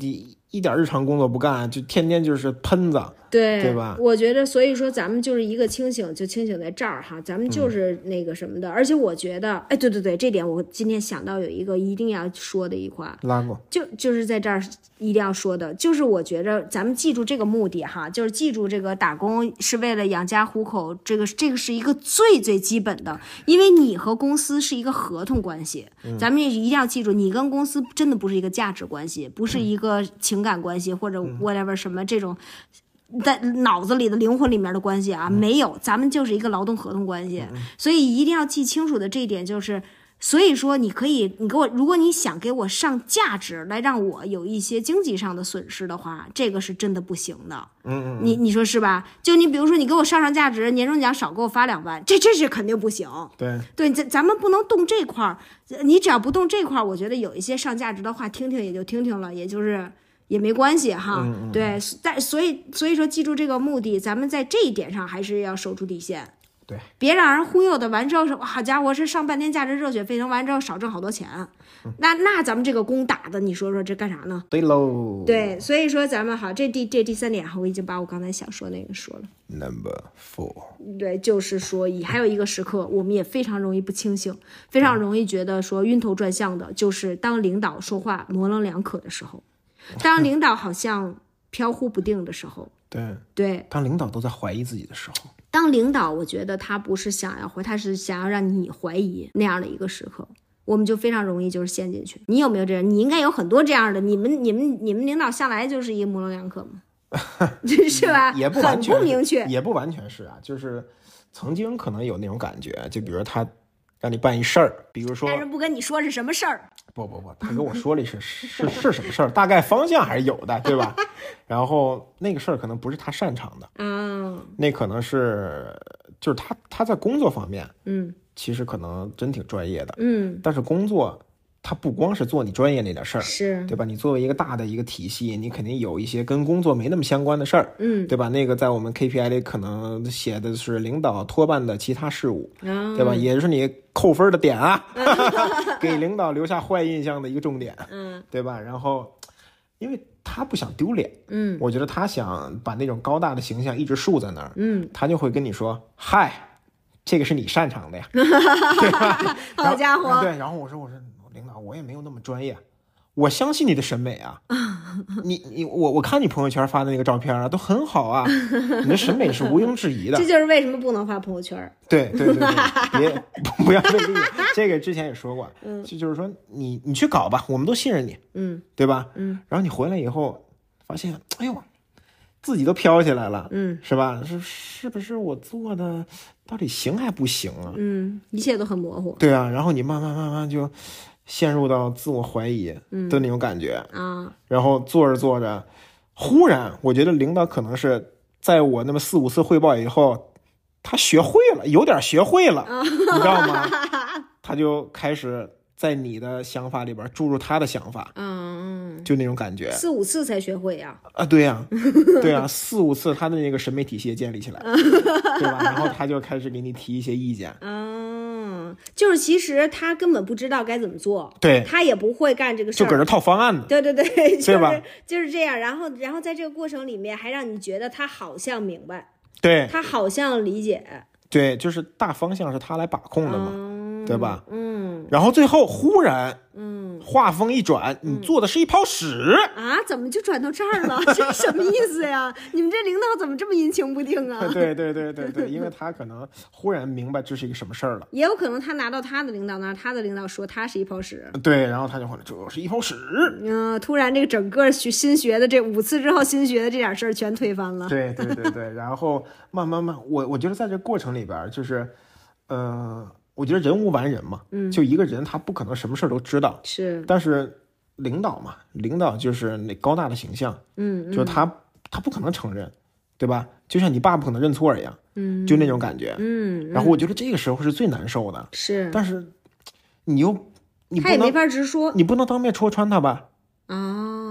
S2: 一点日常工作不干，就天天就是喷子，对吧？
S1: 我觉得，所以说咱们就是一个清醒，就清醒在这儿哈，咱们就是那个什么的。而且我觉得，哎，对，这点我今天想到有一个一定要说的一块，
S2: 拉过，
S1: 就是在这儿一定要说的，就是我觉得咱们记住这个目的哈，就是记住这个打工是为了养家糊口，这个是一个最最基本的，因为你和公司是一个合同关系，咱们也一定要记住，你跟公司真的不是一个价值关系，不是一个情感关系或者 whatever 什么这种。在脑子里的灵魂里面的关系啊，没有，咱们就是一个劳动合同关系，所以一定要记清楚的这一点就是，所以说你给我，如果你想给我上价值来让我有一些经济上的损失的话，这个是真的不行的。你说是吧？就你比如说你给我上价值，年终奖少给我发2万，这是肯定不行。对，咱们不能动这块儿，你只要不动这块儿，我觉得有一些上价值的话听听也就听听了，也就是。也没关系哈，对，但所以说记住这个目的，咱们在这一点上还是要守住底线，
S2: 对，
S1: 别让人忽悠的完之后，好家伙，是上半天价值热血沸腾完之后少挣好多钱，那咱们这个工打的，你说这干啥呢？
S2: 对喽，
S1: 对，所以说咱们好，这第3点哈，我已经把我刚才想说那个说了。
S2: Number 4，
S1: 对，就是说还有一个时刻，我们也非常容易不清醒，非常容易觉得说晕头转向的，就是当领导说话模棱两可的时候。当领导好像飘忽不定的时候，对，
S2: 当领导都在怀疑自己的时候，
S1: 当领导我觉得他不是想要他是想要让你怀疑那样的一个时刻，我们就非常容易就是陷进去。你有没有这样？你应该有很多这样的，你们领导向来就是一个模棱两可嘛，是吧？
S2: 也不完全，
S1: 很不明确，
S2: 也不完全是啊，就是曾经可能有那种感觉，就比如他让你办一事儿，比如说，
S1: 但是不跟你说是什么事儿。
S2: 不，他跟我说了是什么事儿，大概方向还是有的，对吧？然后那个事儿可能不是他擅长的，那可能是就是他在工作方面，其实可能真挺专业的，但是工作它不光是做你专业那点事儿，
S1: 是对
S2: 吧？你作为一个大的一个体系，你肯定有一些跟工作没那么相关的事儿，对吧？那个在我们 KPI 里可能写的是领导托办的其他事务，对吧？也是你扣分的点啊，给领导留下坏印象的一个重点，对吧？然后，因为他不想丢脸，我觉得他想把那种高大的形象一直竖在那儿，他就会跟你说，嗨，这个是你擅长的呀，对吧？
S1: 好家伙，
S2: 对，然后我说。领导，我也没有那么专业，我相信你的审美啊。我看你朋友圈发的那个照片啊，都很好啊，你的审美是毋庸置疑的。
S1: 这就是为什么不能发朋友圈。
S2: 对，别不要被利用。这个之前也说过，就是说你去搞吧，我们都信任你，对吧？然后你回来以后发现，哎呦，自己都飘起来了，是吧？是不是我做的到底行还不行啊？
S1: 一切都很模糊。
S2: 对啊，然后你慢慢就陷入到自我怀疑的那种感觉
S1: 啊，
S2: 然后做着做着，忽然我觉得领导可能是在我那么4、5次汇报以后，他学会了，有点学会了，你知道吗？他就开始在你的想法里边注入他的想法，就那种感觉。
S1: 4、5次才学会呀？
S2: 对呀，4、5次他的那个审美体系也建立起来了，对吧？然后他就开始给你提一些意见。
S1: 就是其实他根本不知道该怎么做，
S2: 对，
S1: 他也不会干这个事儿，
S2: 就搁这套方案呢。
S1: 对，
S2: 对吧？
S1: 就是这样。然后在这个过程里面，还让你觉得他好像明白，
S2: 对，
S1: 他好像理解，
S2: 对，就是大方向是他来把控的嘛，对吧？然后最后忽然，话锋一转，你做的是一泡屎
S1: 啊？怎么就转到这儿了？这什么意思呀？你们这领导怎么这么阴晴不定啊？
S2: 对，因为他可能忽然明白这是一个什么事儿了，
S1: 也有可能他拿到他的领导那儿，他的领导说他是一泡屎，
S2: 对，然后他就会这是一泡屎，
S1: 突然这个整个新学的这5次之后新学的这点事儿全推翻了。
S2: 对，然后慢慢，我觉得在这过程里边就是，我觉得人无完人嘛，就一个人他不可能什么事儿都知道，
S1: 是，
S2: 但是领导嘛，领导就是那高大的形象，就是他不可能承认，对吧？就像你爸不可能认错一样，就那种感觉，然后我觉得这个时候是最难受的，
S1: 是，
S2: 但是你他
S1: 也没法直说，
S2: 你不能当面戳穿他吧？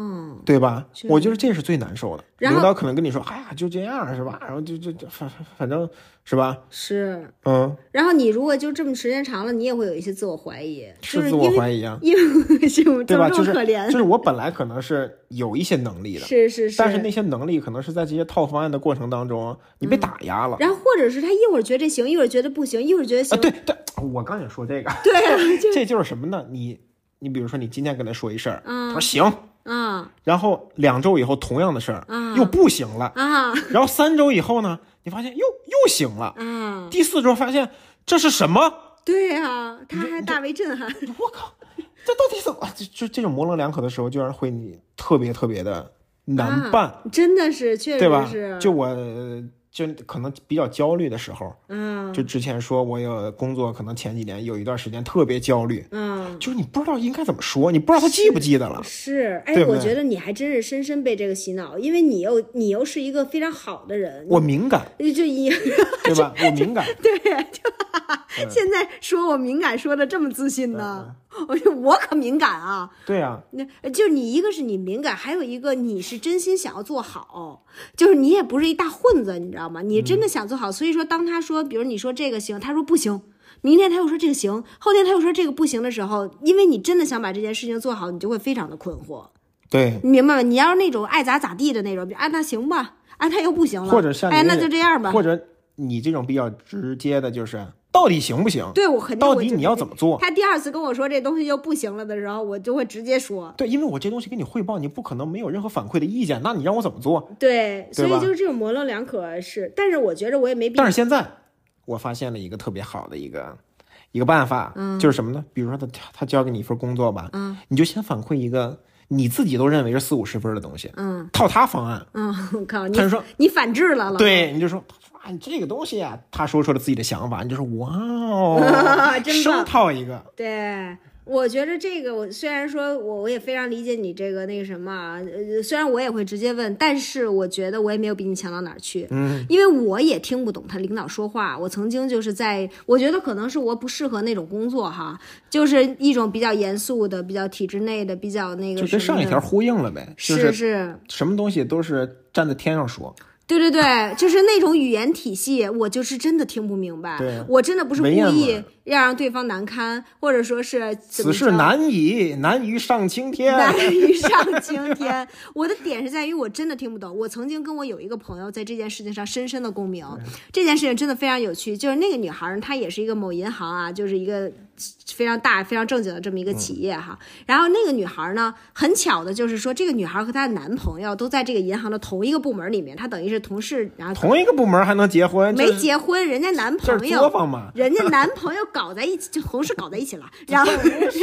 S2: 对吧？我觉得这是最难受的。
S1: 然后
S2: 领导可能跟你说，哎呀，就这样是吧？然后就反正是吧？
S1: 是，
S2: 嗯。
S1: 然后你如果就这么时间长了，你也会有一些自我怀疑，
S2: 是自我怀疑啊，
S1: 因为是我
S2: 对吧？
S1: 这么可怜，
S2: 就是我本来可能是有一些能力的，
S1: 是，
S2: 但是那些能力可能是在这些套方案的过程当中，你被打压了。
S1: 然后或者是他一会儿觉得这行，一会儿觉得不行，一会儿觉得行。
S2: 对，我刚想说这个。
S1: 对，
S2: 这就是什么呢？你比如说，你今天跟他说一事儿，他说行。然后2周以后同样的事儿又不行了然后3周以后呢，你发现又行了第4周发现这是什么？
S1: 对啊，他还大为震撼。
S2: 我靠，这到底怎么？就这种模棱两可的时候，就让会你特别的难办，
S1: 真的是，确实是，
S2: 对吧？就我就可能比较焦虑的时候，就之前说我有工作，可能前几年有一段时间特别焦虑，就是你不知道应该怎么说，你不知道他记不记得了。
S1: 是，
S2: 对不对？
S1: 我觉得你还真是深深被这个洗脑，因为你又是一个非常好的人，
S2: 我敏感，对吧？我敏感，
S1: 对，现在说我敏感说的这么自信呢，我可敏感啊。
S2: 对啊，
S1: 就是你一个是你敏感，还有一个你是真心想要做好，就是你也不是一大混子，你知道吗？你真的想做好，所以说当他说，比如你说这个行，他说不行，明天他又说这个行，后天他又说这个不行的时候，因为你真的想把这件事情做好，你就会非常的困惑。
S2: 对，
S1: 你明白吗？你要是那种爱咋地的那种，那行吧，他又不行了，
S2: 或者像
S1: 那就这样吧。
S2: 或者你这种比较直接的，就是到底行不行？
S1: 对，我肯定。
S2: 到底你要怎么做？
S1: 他第2次跟我说这东西又不行了的时候，我就会直接说。
S2: 对，因为我这东西给你汇报，你不可能没有任何反馈的意见，那你让我怎么做？
S1: 对，所以就是这种模棱两可是，但是我觉得我也没必要。
S2: 但是现在我发现了一个特别好的一个办法，就是什么呢？比如说他交给你一份工作吧，你就先反馈一个你自己都认为是40-50分的东西，套他方案，
S1: 我靠，
S2: 他就说
S1: 你反制了，
S2: 对，你就说你这个东西啊，他说出了自己的想法，你就说哇哦，生套一个，
S1: 对。我觉得这个，我虽然说我也非常理解你这个那个什么啊，虽然我也会直接问，但是我觉得我也没有比你强到哪儿去，因为我也听不懂他领导说话。我曾经就是我觉得可能是我不适合那种工作哈，就是一种比较严肃的、比较体制内的、比较那个，
S2: 就跟上一条呼应了呗，
S1: 是
S2: 什么东西都是站在天上说。
S1: 对，就是那种语言体系，我就是真的听不明白。我真的不是故意要让对方难堪，或者说是
S2: 此事难于上青天，
S1: 难于上青天。我的点是在于我真的听不懂。我曾经跟我有一个朋友在这件事情上深深的共鸣，这件事情真的非常有趣。就是那个女孩，她也是一个某银行啊，就是一个非常大、非常正经的这么一个企业哈。然后那个女孩呢，很巧的就是说，这个女孩和她的男朋友都在这个银行的同一个部门里面，她等于是同事，然后
S2: 同一个部门还能结婚？
S1: 没结婚，人家男朋友，人家男朋友搞在一起，就同事搞在一起了，然后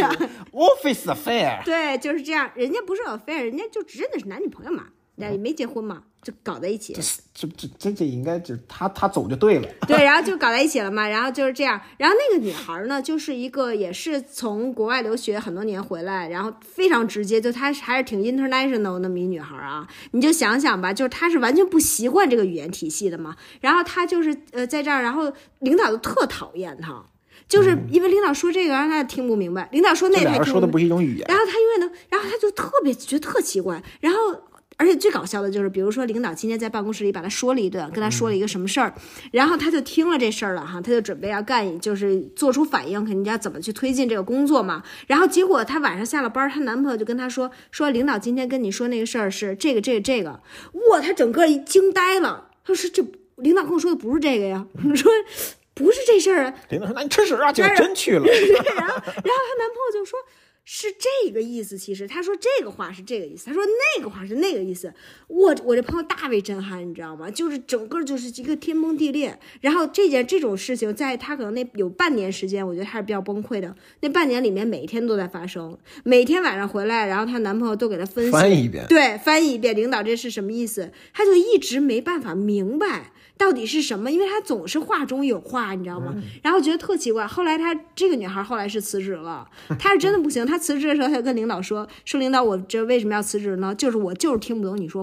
S2: office affair，
S1: 对，就是这样，人家不是 affair， 人家就真的是男女朋友嘛，也没结婚嘛。就搞在一起，
S2: 这应该就他走就对了，
S1: 对，然后就搞在一起了嘛，然后就是这样，然后那个女孩呢，就是一个也是从国外留学很多年回来，然后非常直接，就她还是挺 international 那么一女孩啊，你就想想吧，就是她是完全不习惯这个语言体系的嘛，然后她就是在这儿，然后领导就特讨厌她。就是因为领导说这个，让他也听不明白；领导说那个，他
S2: 说的不是一种语言。
S1: 然后他永远都，然后他就特别觉得特奇怪，然后。而且最搞笑的就是，比如说领导今天在办公室里把他说了一顿，跟他说了一个什么事儿，然后他就听了这事儿了哈，他就准备要干，就是做出反应，肯定要怎么去推进这个工作嘛。然后结果他晚上下了班，她男朋友就跟他说领导今天跟你说那个事儿是这个，哇，他整个惊呆了，他说这领导跟我说的不是这个呀，我说不是这事儿啊。
S2: 领导说那你吃屎啊，就真去了。
S1: 然后她男朋友就说。是这个意思，其实他说这个话是这个意思，他说那个话是那个意思。我这朋友大为震撼，你知道吗？就是整个就是一个天崩地裂。然后这种事情，在他可能那有半年时间，我觉得他是比较崩溃的。那半年里面，每天都在发生，每天晚上回来，然后她男朋友都给她分析
S2: 翻译一遍，
S1: 对，翻译一遍，领导这是什么意思？她就一直没办法明白。到底是什么？因为她总是话中有话，你知道吗？然后觉得特奇怪。后来这个女孩后来是辞职了，她是真的不行。她辞职的时候，她就跟领导说领导，我这为什么要辞职呢？就是我就是听不懂你说话。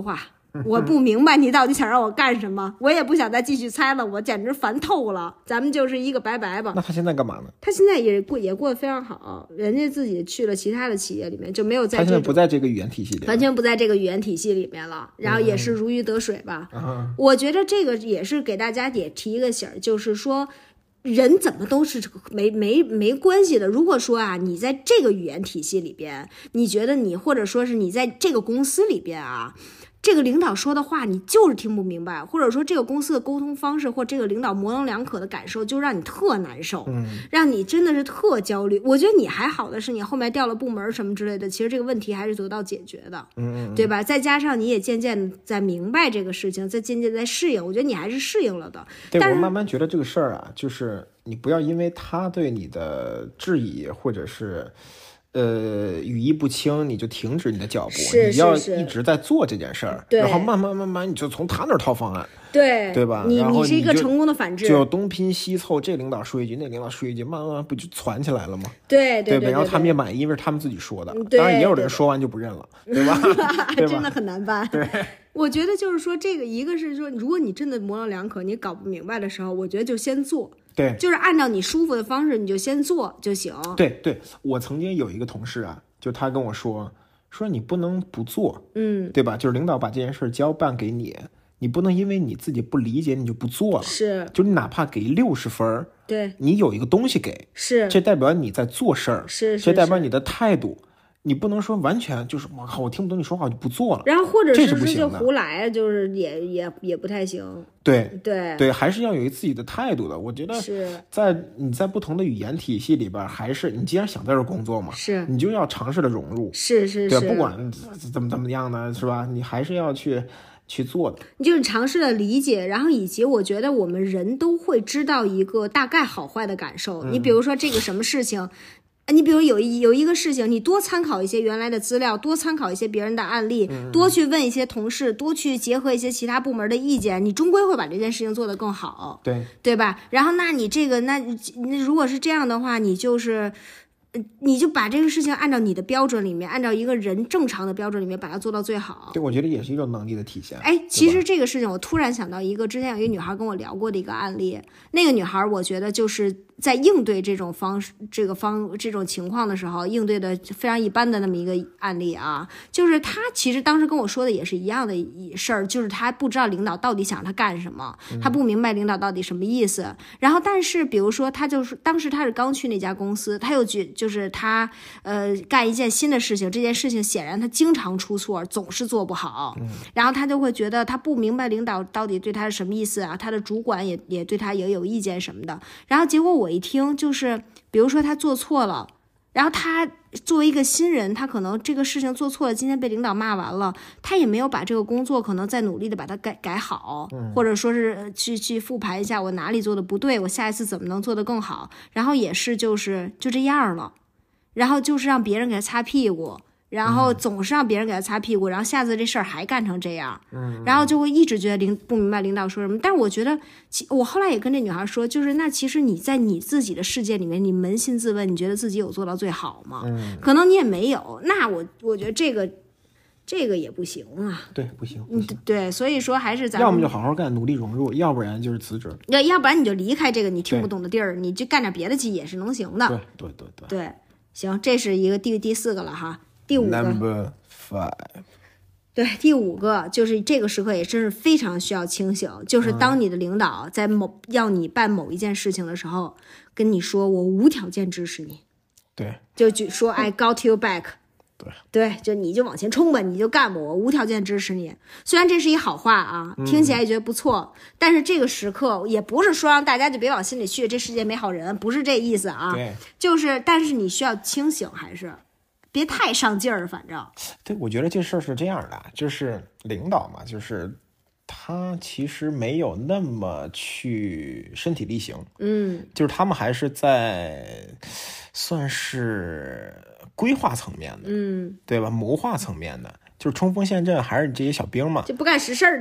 S1: 我不明白你到底想让我干什么，我也不想再继续猜了，我简直烦透了，咱们就是一个拜拜吧。
S2: 那他现在干嘛呢？
S1: 他现在也过得非常好，人家自己去了其他的企业里面，就没有在
S2: 他现在不在这个语言体系里，
S1: 完全不在这个语言体系里面了，然后也是如鱼得水吧。我觉得这个也是给大家也提一个醒，就是说人怎么都是没关系的。如果说啊，你在这个语言体系里边，你觉得你或者说是你在这个公司里边啊，这个领导说的话你就是听不明白，或者说这个公司的沟通方式或这个领导模棱两可的感受就让你特难受，让你真的是特焦虑。我觉得你还好的是你后面调了部门什么之类的，其实这个问题还是得到解决的，对吧？再加上你也渐渐在明白这个事情，再渐渐在适应，我觉得你还是适应了的。
S2: 对，我慢慢觉得这个事儿啊，就是你不要因为他对你的质疑或者是语义不清，你就停止你的脚步，你要一直在做这件事儿，然后慢慢你就从他那儿套方案，对吧？
S1: 你是一个
S2: 就
S1: 成功的反制，
S2: 就东拼西凑，这领导说一句，那领导说一句，慢慢不就攒起来了吗？
S1: 对
S2: 吧？然后他们也满意，因为是他们自己说的，当然也有人说完就不认了，对吧？
S1: 真的很难办。
S2: 对。
S1: 我觉得就是说，这个一个是说，如果你真的模棱两可，你搞不明白的时候，我觉得就先做，
S2: 对，
S1: 就是按照你舒服的方式，你就先做就行。
S2: 对，我曾经有一个同事啊，就他跟我说你不能不做，对吧？就是领导把这件事交办给你，你不能因为你自己不理解你就不做了，
S1: 是，
S2: 就你哪怕给60分，
S1: 对，
S2: 你有一个东西给，
S1: 是，
S2: 这代表你在做事儿，
S1: 是，
S2: 这代表你的态度。你不能说完全就是我靠，我听不懂你说话我就不做了，
S1: 然后或者
S2: 是不行的，
S1: 就胡来，就是也不太行。
S2: 对，还是要有自己的态度的。我觉得你在不同的语言体系里边，还是你既然想在这工作嘛，
S1: 是
S2: 你就要尝试的融入，
S1: 是，
S2: 对，不管怎么样的，是吧？你还是要去做的，
S1: 你就是尝试的理解，然后以及我觉得我们人都会知道一个大概好坏的感受。你比如说这个什么事情。你比如有一个事情，你多参考一些原来的资料，多参考一些别人的案例，多去问一些同事，多去结合一些其他部门的意见，你终归会把这件事情做得更好，对吧？然后那你这个那如果是这样的话，你就把这个事情按照你的标准里面，按照一个人正常的标准里面把它做到最好。
S2: 对，我觉得也是一种能力的体现。
S1: 其实这个事情我突然想到一个之前有一个女孩跟我聊过的一个案例，那个女孩我觉得就是在应对这种这种情况的时候，应对的非常一般的那么一个案例啊，就是她其实当时跟我说的也是一样的事儿，就是她不知道领导到底想让她干什么，她不明白领导到底什么意思。然后但是比如说她就是当时她是刚去那家公司，她又就是她干一件新的事情，这件事情显然她经常出错，总是做不好，然后她就会觉得她不明白领导到底对她是什么意思啊，她的主管也对她也有意见什么的。然后结果我一听就是比如说他做错了，然后他作为一个新人，他可能这个事情做错了，今天被领导骂完了，他也没有把这个工作可能再努力的把它改好，或者说是去复盘一下我哪里做的不对，我下一次怎么能做得更好，然后也是就这样了，然后就是让别人给他擦屁股，然后总是让别人给他擦屁股，然后下次这事儿还干成这样，然后就会一直觉得不明白领导说什么。但是我觉得我后来也跟这女孩说，就是那其实你在你自己的世界里面，你扪心自问，你觉得自己有做到最好吗？可能你也没有。那我觉得这个也不行啊。
S2: 对，不行。
S1: 对，所以说还是咱们
S2: 要么就好好干，努力融入，要不然就是辞职。
S1: 要不然你就离开这个你听不懂的地儿，你就干点别的去也是能行的。对，行，这是一个第四个了哈。第5个
S2: Number 5，
S1: 对，第5个就是这个时刻也真是非常需要清醒，就是当你的领导在要你办某一件事情的时候，跟你说我无条件支持你，
S2: 对，
S1: 就说 I got you back， 对，就你就往前冲吧，你就干吧，我无条件支持你。虽然这是一好话啊，听起来也觉得不错，但是这个时刻也不是说让大家就别往心里去，这世界没好人，不是这意思啊，
S2: 对，
S1: 但是你需要清醒，还是别太上劲儿，反正。
S2: 对，我觉得这事儿是这样的，就是领导嘛，就是他其实没有那么去身体力行，就是他们还是在算是规划层面的，对吧？谋划层面的，就是冲锋陷阵还是这些小兵嘛，
S1: 就不干实事的。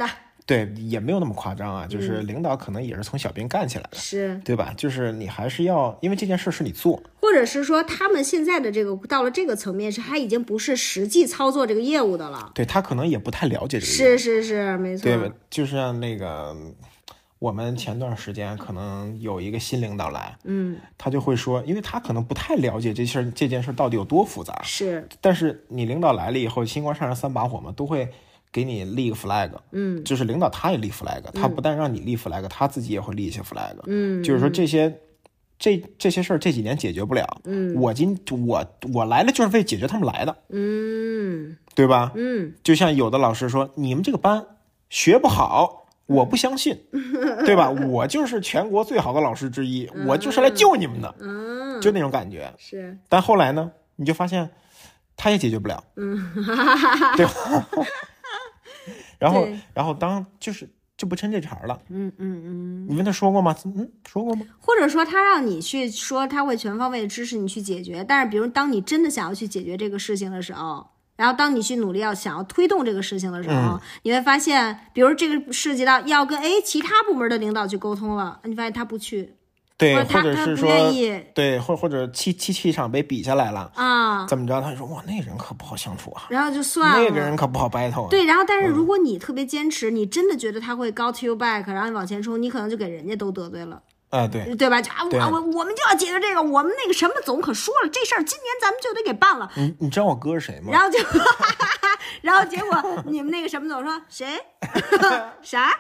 S2: 对，也没有那么夸张啊，就是领导可能也是从小兵干起来的，
S1: 是，
S2: 对吧？就是你还是要，因为这件事是你做，
S1: 或者是说他们现在的这个到了这个层面，是他已经不是实际操作这个业务的了。
S2: 对，他可能也不太了解这个业务，
S1: 是，没错。
S2: 对吧？就像那个我们前段时间可能有一个新领导来，他就会说，因为他可能不太了解这件事到底有多复杂，
S1: 是，
S2: 但是你领导来了以后，新官上任三把火嘛，都会给你立个 flag，就是领导他也立 flag，他不但让你立 flag，他自己也会立一些 flag，就是说这些事儿这几年解决不了，我来了就是为解决他们来的，对吧？就像有的老师说，你们这个班学不好，我不相信，对吧？我就是全国最好的老师之一，我就是来救你们的，就那种感觉。
S1: 是，
S2: 但后来呢，你就发现他也解决不了，对吧？然后就不抻这茬了。你问他说过吗？说过吗？
S1: 或者说他让你去说，他会全方位支持你去解决。但是，比如当你真的想要去解决这个事情的时候，然后当你去努力想要推动这个事情的时候，你会发现，比如这个涉及到要跟其他部门的领导去沟通了，你发现他不去。
S2: 对，或者是说，对，或者气场被比下来了啊，怎么着？他说哇，那人可不好相处啊，
S1: 然后就算了，
S2: 那个人可不好 battle 啊。
S1: 对，然后但是如果你特别坚持，你真的觉得他会 got you back， 然后你往前冲，你可能就给人家都得罪了。
S2: 对
S1: 吧？我们就要解决这个，我们那个什么总可说了，这事儿今年咱们就得给办了。
S2: 你知道我哥是谁吗？
S1: 然后然后结果你们那个什么总说谁啥？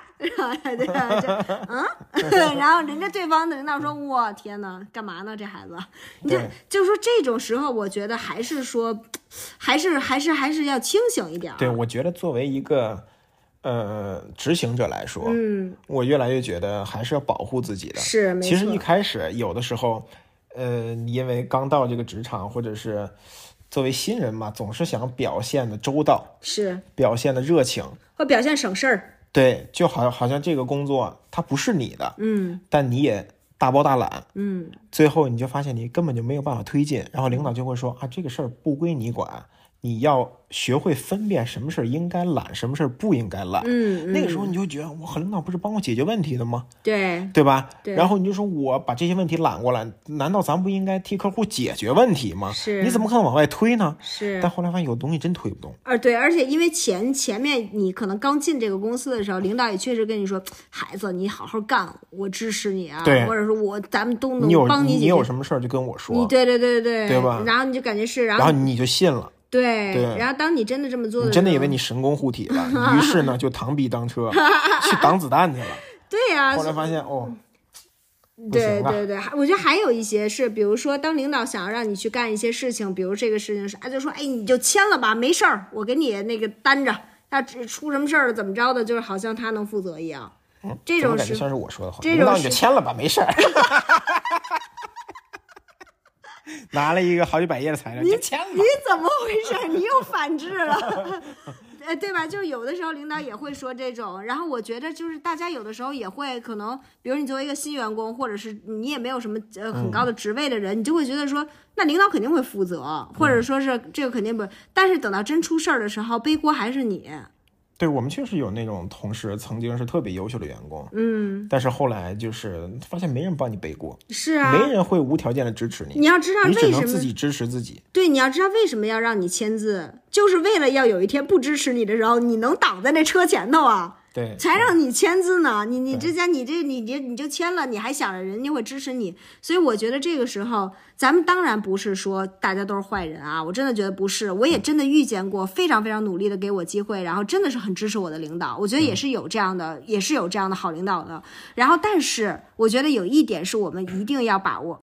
S1: 然后人家对方的领导说，我天哪，干嘛呢？这孩子，就是说这种时候，我觉得还是说，还是要清醒一点。
S2: 对，我觉得作为一个执行者来说，我越来越觉得还是要保护自己的。
S1: 是，没错。
S2: 其实一开始有的时候，因为刚到这个职场，或者是作为新人嘛，总是想表现的周到，
S1: 是
S2: 表现的热情，
S1: 或表现省事儿。
S2: 对，就好像这个工作它不是你的，但你也大包大揽，最后你就发现你根本就没有办法推进，然后领导就会说啊，这个事儿不归你管。你要学会分辨什么事儿应该揽，什么事儿不应该揽。那个时候你就觉得，我领导不是帮我解决问题的吗？对吧？
S1: 对。
S2: 然后你就说，我把这些问题揽过来，难道咱不应该替客户解决问题吗？
S1: 是。
S2: 你怎么可能往外推呢？
S1: 是。
S2: 但后来发现有东西真推不动。
S1: 对，而且因为前面你可能刚进这个公司的时候，领导也确实跟你说，孩子你好好干，我支持你啊。
S2: 对。
S1: 或者说咱们都能帮你解决。
S2: 你有什么事儿就跟我说。
S1: 对
S2: 吧？
S1: 然后你就感觉是，
S2: 然后你就信了。
S1: 对，然后当你真的这么做的时候，
S2: 你真的以为你神功护体了，于是呢就螳臂当车去挡子弹去了。
S1: 对呀，
S2: 后来发现
S1: 对，我觉得还有一些是，比如说当领导想要让你去干一些事情，比如这个事情是，就说你就签了吧，没事儿，我给你那个担着，要出什么事儿了怎么着的，就是好像他能负责一样。这种
S2: 感觉像是我说的话，
S1: 领导
S2: 你就签了吧，没事儿。拿了一个好几百页的材料，
S1: 你
S2: 签了。
S1: 你怎么回事？你又反制了，对吧？就是有的时候领导也会说这种，然后我觉得就是大家有的时候也会可能，比如你作为一个新员工，或者是你也没有什么很高的职位的人，你就会觉得说，那领导肯定会负责，或者说是这个肯定不，但是等到真出事儿的时候，背锅还是你。
S2: 对，我们确实有那种同事曾经是特别优秀的员工，但是后来就是发现没人帮你背锅，
S1: 是啊，
S2: 没人会无条件的支持你。
S1: 你要知道为什么，
S2: 你只能自己支持自己。
S1: 对，你要知道为什么要让你签字，就是为了要有一天不支持你的时候，你能挡在那车前头啊。
S2: 对，
S1: 才让你签字呢。你之前你就签了，你还想着人家会支持你，所以我觉得这个时候，咱们当然不是说大家都是坏人啊，我真的觉得不是，我也真的遇见过非常非常努力的给我机会，然后真的是很支持我的领导，我觉得也是有这样的，也是有这样的好领导的。然后，但是我觉得有一点是我们一定要把握，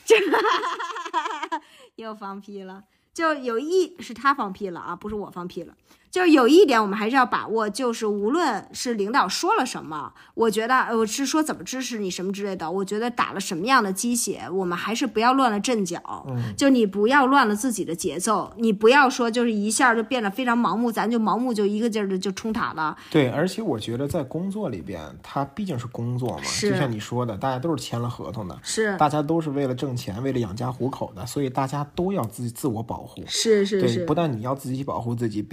S1: 又放屁了，是他放屁了啊，不是我放屁了。就是有一点我们还是要把握，就是无论是领导说了什么，我觉得我是说怎么支持你什么之类的，我觉得打了什么样的鸡血，我们还是不要乱了阵脚。就你不要乱了自己的节奏，你不要说就是一下就变得非常盲目，咱就盲目就一个劲儿的就冲塔了。
S2: 对，而且我觉得在工作里边，它毕竟是工作嘛，就像你说的，大家都是签了合同的，
S1: 是
S2: 大家都是为了挣钱，为了养家糊口的，所以大家都要自我保护。
S1: 是，
S2: 对，不但你要自己保护自己，别人也要保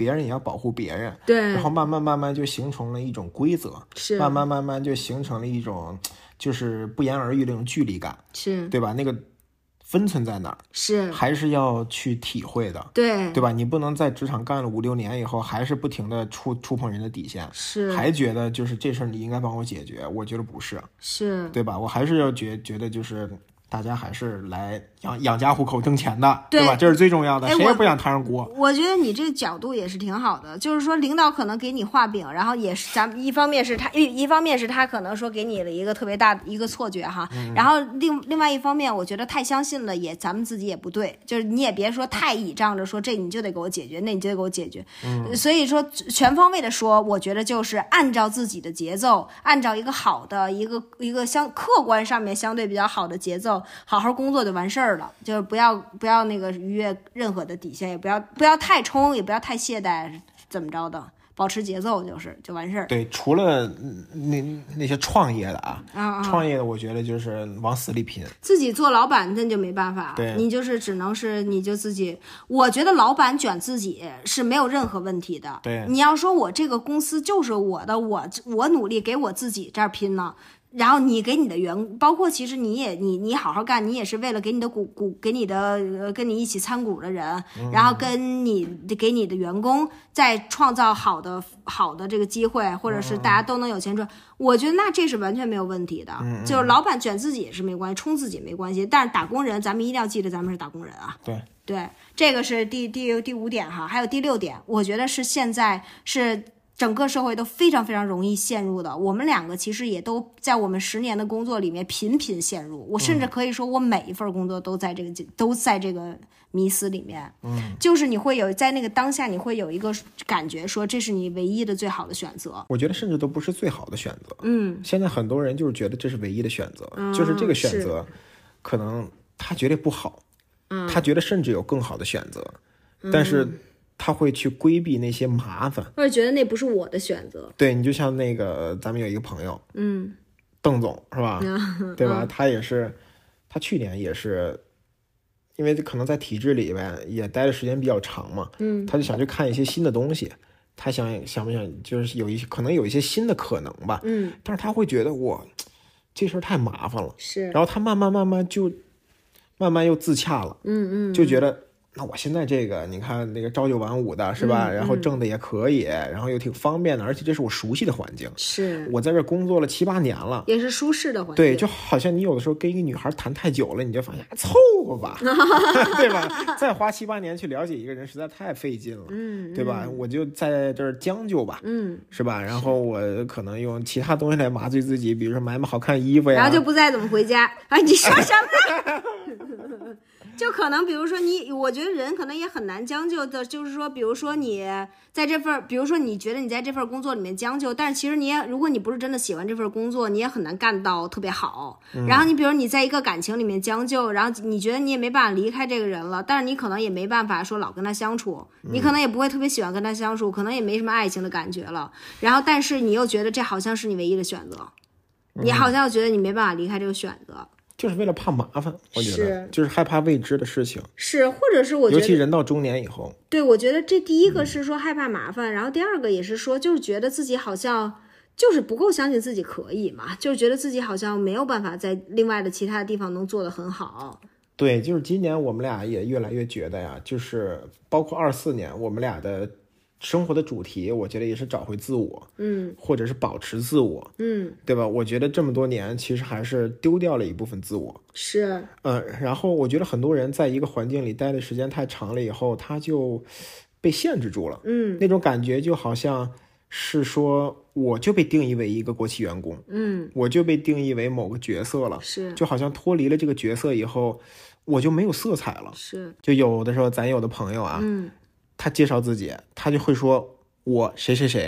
S2: 保护别人，
S1: 对，
S2: 然后慢慢就形成了一种规则，
S1: 是
S2: 慢慢就形成了一种就是不言而喻的那种距离感，
S1: 是，
S2: 对吧？那个分寸在哪儿？
S1: 是
S2: 还是要去体会的，
S1: 对
S2: 对吧？你不能在职场干了5、6年以后，还是不停的触碰人的底线，
S1: 是，
S2: 还觉得就是这事儿你应该帮我解决，我觉得不是，
S1: 是，
S2: 对吧？我还是要觉得就是大家还是来养家糊口挣钱的，对吧？这是最重要的，谁也不想摊上锅。
S1: 我觉得你这个角度也是挺好的，就是说领导可能给你画饼，然后也是咱们一方面是他可能说给你了一个特别大的一个错觉哈，然后另外一方面，我觉得太相信了也咱们自己也不对，就是你也别说太倚仗着说这你就得给我解决，那你就得给我解决，所以说全方位的说，我觉得就是按照自己的节奏，按照一个好的一个客观上面相对比较好的节奏，好好工作就完事儿了，就是不要那个逾越任何的底线，也不要太冲，也不要太懈怠，怎么着的，保持节奏就完事儿。
S2: 对，除了那些创业的创业的我觉得就是往死里拼，
S1: 自己做老板那就没办法，
S2: 对，
S1: 你就是只能是你就自己，我觉得老板卷自己是没有任何问题的。
S2: 对，
S1: 你要说我这个公司就是我的，我努力给我自己这儿拼呢。然后你给你的员，包括其实你好好干，你也是为了给你的给你的跟你一起参股的人，然后给你的员工再创造好的这个机会，或者是大家都能有钱赚。我觉得那这是完全没有问题的，就是老板卷自己也是没关系，冲自己没关系，但是打工人咱们一定要记得咱们是打工人啊。对，这个是第5点哈，还有第6点，我觉得是现在是整个社会都非常非常容易陷入的，我们两个其实也都在我们10年的工作里面频陷入，我甚至可以说我每一份工作都在这个迷思里面，就是你会有在那个当下你会有一个感觉说这是你唯一的最好的选择，
S2: 我觉得甚至都不是最好的选择，现在很多人就是觉得这是唯一的选择，就是这个选择可能他觉得不好，他觉得甚至有更好的选择，但是他会去规避那些麻烦，
S1: 或者觉得那不是我的选择。
S2: 对，你就像那个咱们有一个朋友，邓总是吧？对吧？他去年也是，因为可能在体制里边也待的时间比较长嘛，他就想去看一些新的东西，他想不想就是可能有一些新的可能吧，但是他会觉得这事儿太麻烦了，
S1: 是，
S2: 然后他慢慢又自洽了，就觉得。那我现在这个，你看那个朝9晚5的是吧？然后挣的也可以，然后又挺方便的，而且这是我熟悉的环境。
S1: 是
S2: 我在这工作了7、8年了，
S1: 也是舒适的环境。
S2: 对，就好像你有的时候跟一个女孩谈太久了，你就发现凑合吧，对吧？再花7、8年去了解一个人，实在太费劲了，对吧？我就在这儿将就吧，是吧？然后我可能用其他东西来麻醉自己，比如说买好看衣服呀，
S1: 然后就不再怎么回家。哎，你说什么？就可能比如说我觉得人可能也很难将就的，就是说比如说你在这份，比如说你觉得你在这份工作里面将就，但是其实如果你不是真的喜欢这份工作，你也很难干到特别好。然后你比如你在一个感情里面将就，然后你觉得你也没办法离开这个人了，但是你可能也没办法说老跟他相处，你可能也不会特别喜欢跟他相处，可能也没什么爱情的感觉了，然后但是你又觉得这好像是你唯一的选择，你好像觉得你没办法离开这个选择，
S2: 就是为了怕麻烦，我觉得就是害怕未知的事情，
S1: 是，或者是我觉得，
S2: 尤其人到中年以后，
S1: 对，我觉得这第一个是说害怕麻烦，然后第二个也是说就是觉得自己好像就是不够相信自己可以嘛，就是觉得自己好像没有办法在另外的其他的地方能做得很好。
S2: 对，就是今年我们俩也越来越觉得呀，就是包括24年我们俩的生活的主题，我觉得也是找回自我，或者是保持自我，对吧？我觉得这么多年其实还是丢掉了一部分自我，
S1: 是，
S2: 然后我觉得很多人在一个环境里待的时间太长了以后，他就被限制住了，那种感觉就好像是说我就被定义为一个国企员工，我就被定义为某个角色了，
S1: 是，
S2: 就好像脱离了这个角色以后，我就没有色彩了，
S1: 是，
S2: 就有的时候咱有的朋友啊，他介绍自己，他就会说我谁谁谁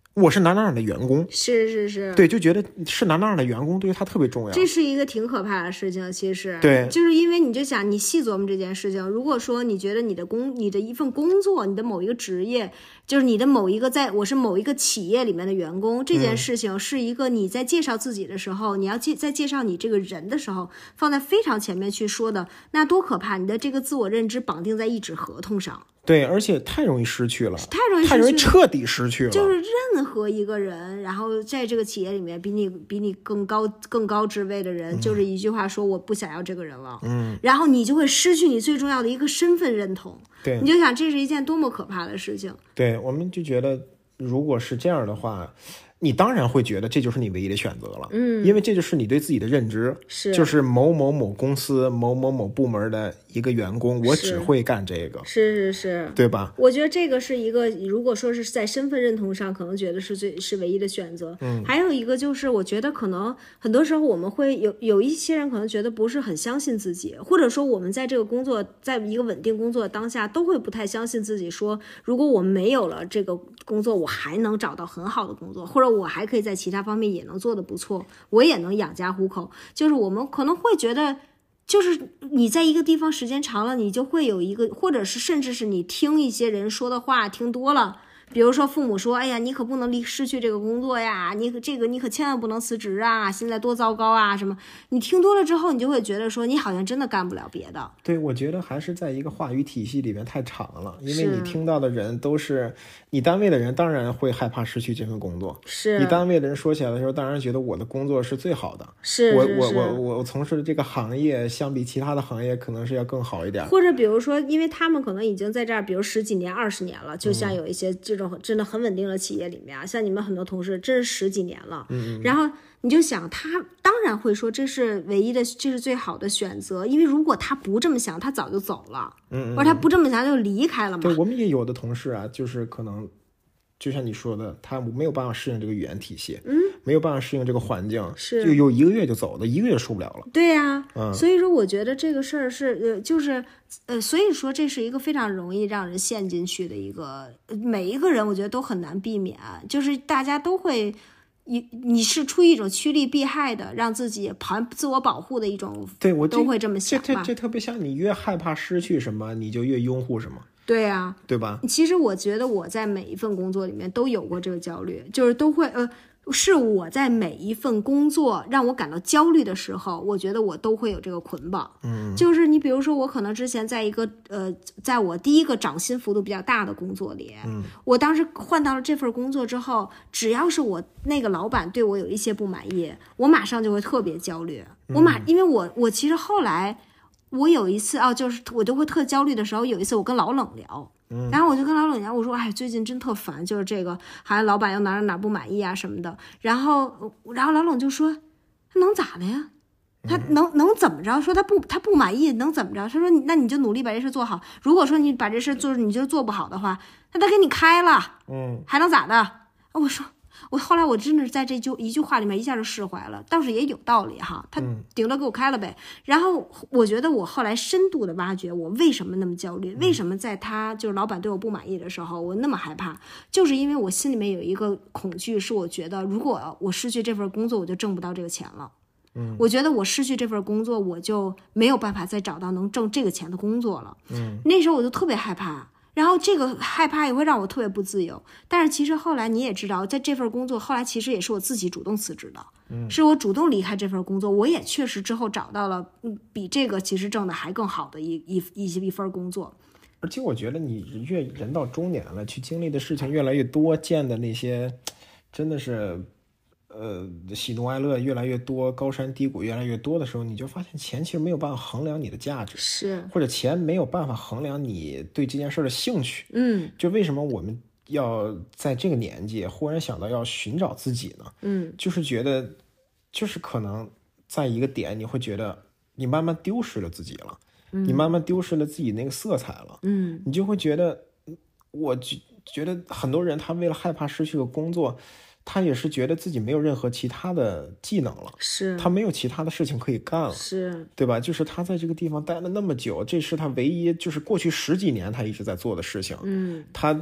S2: 我是哪哪的员工，
S1: 是，
S2: 对，就觉得是哪哪的员工对于他特别重要。
S1: 这是一个挺可怕的事情，其实
S2: 对，
S1: 就是因为你就想，你细琢磨这件事情，如果说你觉得你的一份工作，你的某一个职业，就是你的某一个我是某一个企业里面的员工，这件事情是一个你在介绍自己的时候，你要在介绍你这个人的时候，放在非常前面去说的，那多可怕！你的这个自我认知绑定在一纸合同上。
S2: 对，而且太容易失去了，
S1: 太容易
S2: 彻底失去了。
S1: 就是任何一个人，然后在这个企业里面比你更高职位的人，就是一句话说我不想要这个人了，然后你就会失去你最重要的一个身份认同。
S2: 对，
S1: 你就想这是一件多么可怕的事情。
S2: 对，我们就觉得如果是这样的话，你当然会觉得这就是你唯一的选择了，因为这就是你对自己的认知，就是某某某公司某某某部门的一个员工，我只会干这个，
S1: 是，对吧？我觉得这个是一个，如果说是在身份认同上，可能觉得是唯一的选择。还有一个就是，我觉得可能很多时候我们会有一些人可能觉得不是很相信自己，或者说我们在这个工作，在一个稳定工作的当下，都会不太相信自己说，如果我没有了这个工作，我还能找到很好的工作，或者我还可以在其他方面也能做得不错，我也能养家糊口。就是我们可能会觉得，就是你在一个地方时间长了，你就会有一个，或者是甚至是你听一些人说的话听多了，比如说父母说，哎呀，你可不能失去这个工作呀，你可千万不能辞职啊，现在多糟糕啊什么。你听多了之后，你就会觉得说，你好像真的干不了别的。
S2: 对，我觉得还是在一个话语体系里面太长了，因为你听到的人都是你单位的人，当然会害怕失去这份工作。
S1: 是
S2: 你单位的人说起来的时候，当然觉得我的工作是最好的。我从事的这个行业，相比其他的行业，可能是要更好一点。
S1: 或者比如说，因为他们可能已经在这儿，比如10几年、20年了，就像有一些这种真的很稳定的企业里面啊，像你们很多同事，真是10几年了。然后你就想，他当然会说这是唯一的，这是最好的选择，因为如果他不这么想，他早就走了，或者他不这么想就离开了嘛。
S2: 对，我们也有的同事啊，就是可能就像你说的，他没有办法适应这个语言体系，没有办法适应这个环境，就有1个月就走的，1个月受不了了。
S1: 对呀，所以说我觉得这个事儿是所以说这是一个非常容易让人陷进去的一个，每一个人我觉得都很难避免，就是大家都会。你是出于一种趋利避害的，让自己自我保护的一种，
S2: 对，我
S1: 都会这么想吧。
S2: 这特别像你越害怕失去什么，你就越拥护什么。
S1: 对啊，
S2: 对吧？
S1: 其实我觉得我在每一份工作里面都有过这个焦虑，就是都会是我在每一份工作让我感到焦虑的时候，我觉得我都会有这个捆绑。就是你比如说，我可能之前在一个在我第一个涨薪幅度比较大的工作里，我当时换到了这份工作之后，只要是我那个老板对我有一些不满意，我马上就会特别焦虑。因为我其实后来我有一次就是我就会特焦虑的时候，有一次我跟老冷聊。然后我就跟老冷聊，我说，哎，最近真特烦，就是这个，好像老板又哪不满意啊什么的。然后老冷就说，他能咋的呀？他能怎么着？说他不满意能怎么着？他说，那你就努力把这事做好。如果说你把这事你就做不好的话，那他给你开了，还能咋的？我说。后来我真的是在这一句话里面一下就释怀了，倒是也有道理哈，他顶多给我开了呗。然后我觉得我后来深度的挖掘我为什么那么焦虑，为什么在他就是老板对我不满意的时候我那么害怕，就是因为我心里面有一个恐惧，是我觉得如果我失去这份工作，我就挣不到这个钱了。我觉得我失去这份工作，我就没有办法再找到能挣这个钱的工作了。那时候我就特别害怕。然后这个害怕也会让我特别不自由，但是其实后来你也知道，在这份工作后来其实也是我自己主动辞职的，是我主动离开这份工作，我也确实之后找到了比这个其实挣的还更好的一份工作。
S2: 而且我觉得你越人到中年了，去经历的事情越来越多，见的那些真的是喜怒哀乐越来越多，高山低谷越来越多的时候，你就发现钱其实没有办法衡量你的价值，
S1: 是，
S2: 或者钱没有办法衡量你对这件事的兴趣。就为什么我们要在这个年纪忽然想到要寻找自己呢？就是觉得，就是可能在一个点，你会觉得你慢慢丢失了自己了，你慢慢丢失了自己那个色彩了。你就会觉得，我觉得很多人他为了害怕失去个工作。他也是觉得自己没有任何其他的技能了，
S1: 是
S2: 他没有其他的事情可以干了，
S1: 是，对
S2: 吧？就是他在这个地方待了那么久，这是他唯一就是过去10几年他一直在做的事情，他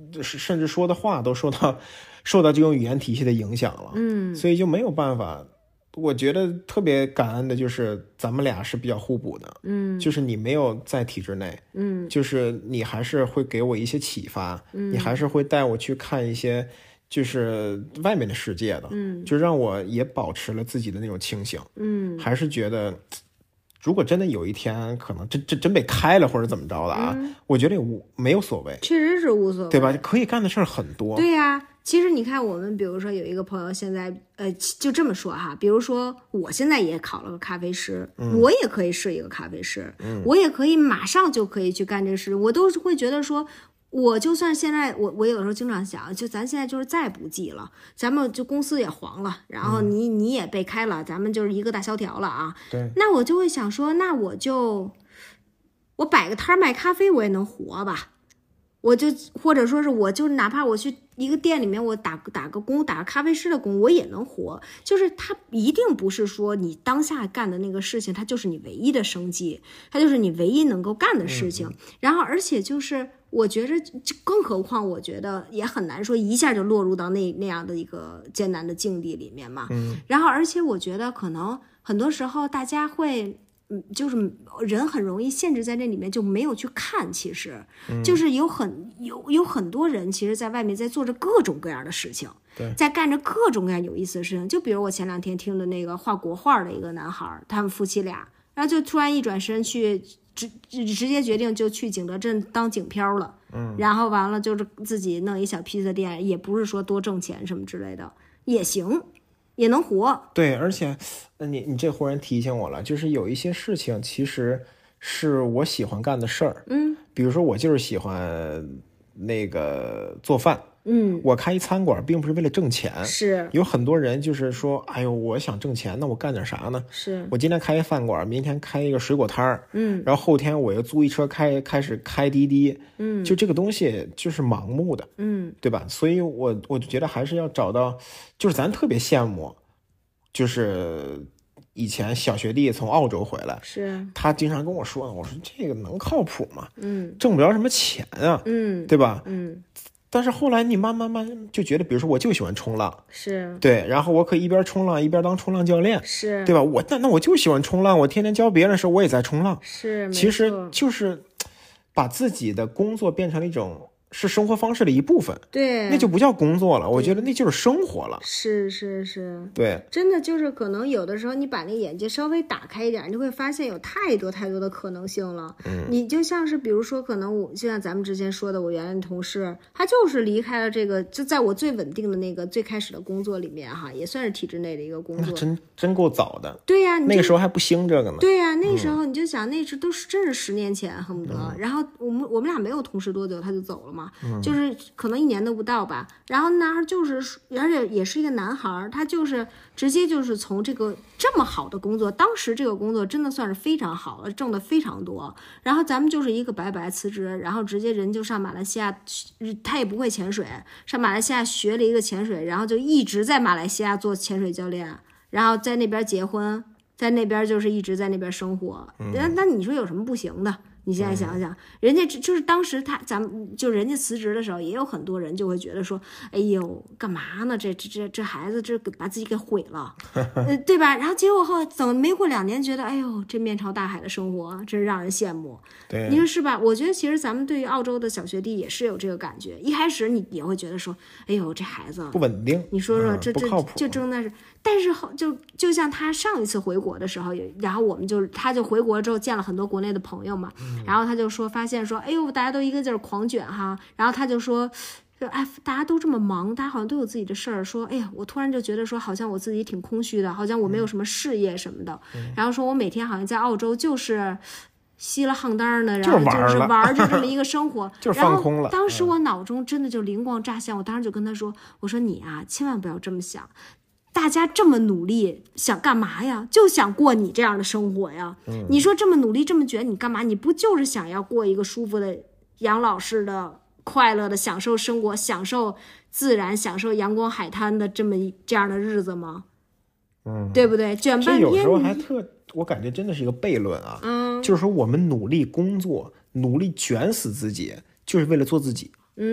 S2: 甚至说的话都受到这种语言体系的影响了，所以就没有办法。我觉得特别感恩的就是咱们俩是比较互补的，就是你没有在体制内，就是你还是会给我一些启发，你还是会带我去看一些就是外面的世界的，就让我也保持了自己的那种清醒，还是觉得如果真的有一天可能真被开了或者怎么着的啊，我觉得也没有所谓，
S1: 确实是无所谓，
S2: 对吧？可以干的事儿很多。
S1: 对呀，其实你看我们比如说有一个朋友现在就这么说哈，比如说我现在也考了个咖啡师，我也可以是一个咖啡师，我也可以马上就可以去干这事，我都会觉得说我就算现在我有的时候经常想，就咱现在就是再不济了，咱们就公司也黄了，然后你也被开了，咱们就是一个大萧条了啊。
S2: 对，
S1: 那我就会想说，那我摆个摊卖咖啡，我也能活吧？我就或者说是我就哪怕我去一个店里面，我打个工，打个咖啡师的工，我也能活。就是它一定不是说你当下干的那个事情，它就是你唯一的生计，它就是你唯一能够干的事情。然后而且就是我觉着，更何况我觉得也很难说一下就落入到那样的一个艰难的境地里面嘛。然后而且我觉得可能很多时候大家会。就是人很容易限制在这里面，就没有去看。其实，就是有很多人，其实在外面在做着各种各样的事情，在干着各种各样有意思的事情。就比如我前2天听的那个画国画的一个男孩，他们夫妻俩，然后就突然一转身去直接决定就去景德镇当景漂了。然后完了就是自己弄一小披萨店，也不是说多挣钱什么之类的，也行。也能活。
S2: 对，而且你这忽然提醒我了，就是有一些事情其实是我喜欢干的事儿，比如说我就是喜欢那个做饭，我开一餐馆并不是为了挣钱，
S1: 是
S2: 有很多人就是说，哎呦，我想挣钱，那我干点啥呢？
S1: 是
S2: 我今天开一饭馆，明天开一个水果摊儿，然后后天我又租一车开始开滴滴，就这个东西就是盲目的，对吧？所以我就觉得还是要找到，就是咱特别羡慕，就是以前小学弟从澳洲回来，
S1: 是
S2: 他经常跟我说，我说这个能靠谱吗？挣不着什么钱啊，对吧？但是后来你慢慢就觉得，比如说我就喜欢冲浪，
S1: 是
S2: 对，然后我可以一边冲浪一边当冲浪教练，
S1: 是
S2: 对吧？那我就喜欢冲浪，我天天教别人的时候我也在冲浪，
S1: 是，
S2: 其实就是把自己的工作变成了一种是生活方式的一部分，
S1: 对，
S2: 那就不叫工作了，我觉得那就是生活了。
S1: 是，
S2: 对，
S1: 真的就是可能有的时候你把那个眼界稍微打开一点，你就会发现有太多的可能性了。你就像是比如说，可能就像咱们之前说的，我原来的同事，他就是离开了这个，就在我最稳定的那个最开始的工作里面哈，也算是体制内的一个工作，
S2: 真够早的。
S1: 对呀，
S2: 那个时候还不兴这个呢。
S1: 对呀，那时候你就想，那时都是真是10年前恨不得。然后我们俩没有同事多久，他就走了嘛。就是可能1年都不到吧，然后男孩就是，而且也是一个男孩，他就是直接就是从这个这么好的工作，当时这个工作真的算是非常好了，挣的非常多，然后咱们就是一个白辞职，然后直接人就上马来西亚，他也不会潜水，上马来西亚学了一个潜水，然后就一直在马来西亚做潜水教练，然后在那边结婚，在那边就是一直在那边生活，那你说有什么不行的？你现在想想，人家就是当时咱们就人家辞职的时候，也有很多人就会觉得说，哎呦，干嘛呢？这孩子这把自己给毁了，对吧？然后结果后等没过2年，觉得哎呦，这面朝大海的生活真是让人羡慕。
S2: 对，
S1: 你说是吧？我觉得其实咱们对于澳洲的小学弟也是有这个感觉。一开始你也会觉得说，哎呦，这孩子
S2: 不稳定，
S1: 你说说这
S2: 不靠谱，
S1: 这真的是。但是就像他上一次回国的时候，然后他就回国之后见了很多国内的朋友嘛，然后他就说发现说，哎呦，大家都一个劲儿狂卷哈，然后他就说，哎，大家都这么忙，大家好像都有自己的事儿，说，哎呀，我突然就觉得说，好像我自己挺空虚的，好像我没有什么事业什么的，然后说我每天好像在澳洲就是吸了夯单呢，然后就是玩就这么一个生活，
S2: 就是放空了。
S1: 然后当时我脑中真的就灵光乍现，我当时就跟他说，我说你啊，千万不要这么想。大家这么努力想干嘛呀？就想过你这样的生活呀。你说这么努力这么卷你干嘛？你不就是想要过一个舒服的养老式的快乐的享受生活，享受自然，享受阳光海滩的这样的日子吗？对不对？卷半天
S2: 有时候还我感觉真的是一个悖论啊。就是说我们努力工作，努力卷死自己，就是为了做自己。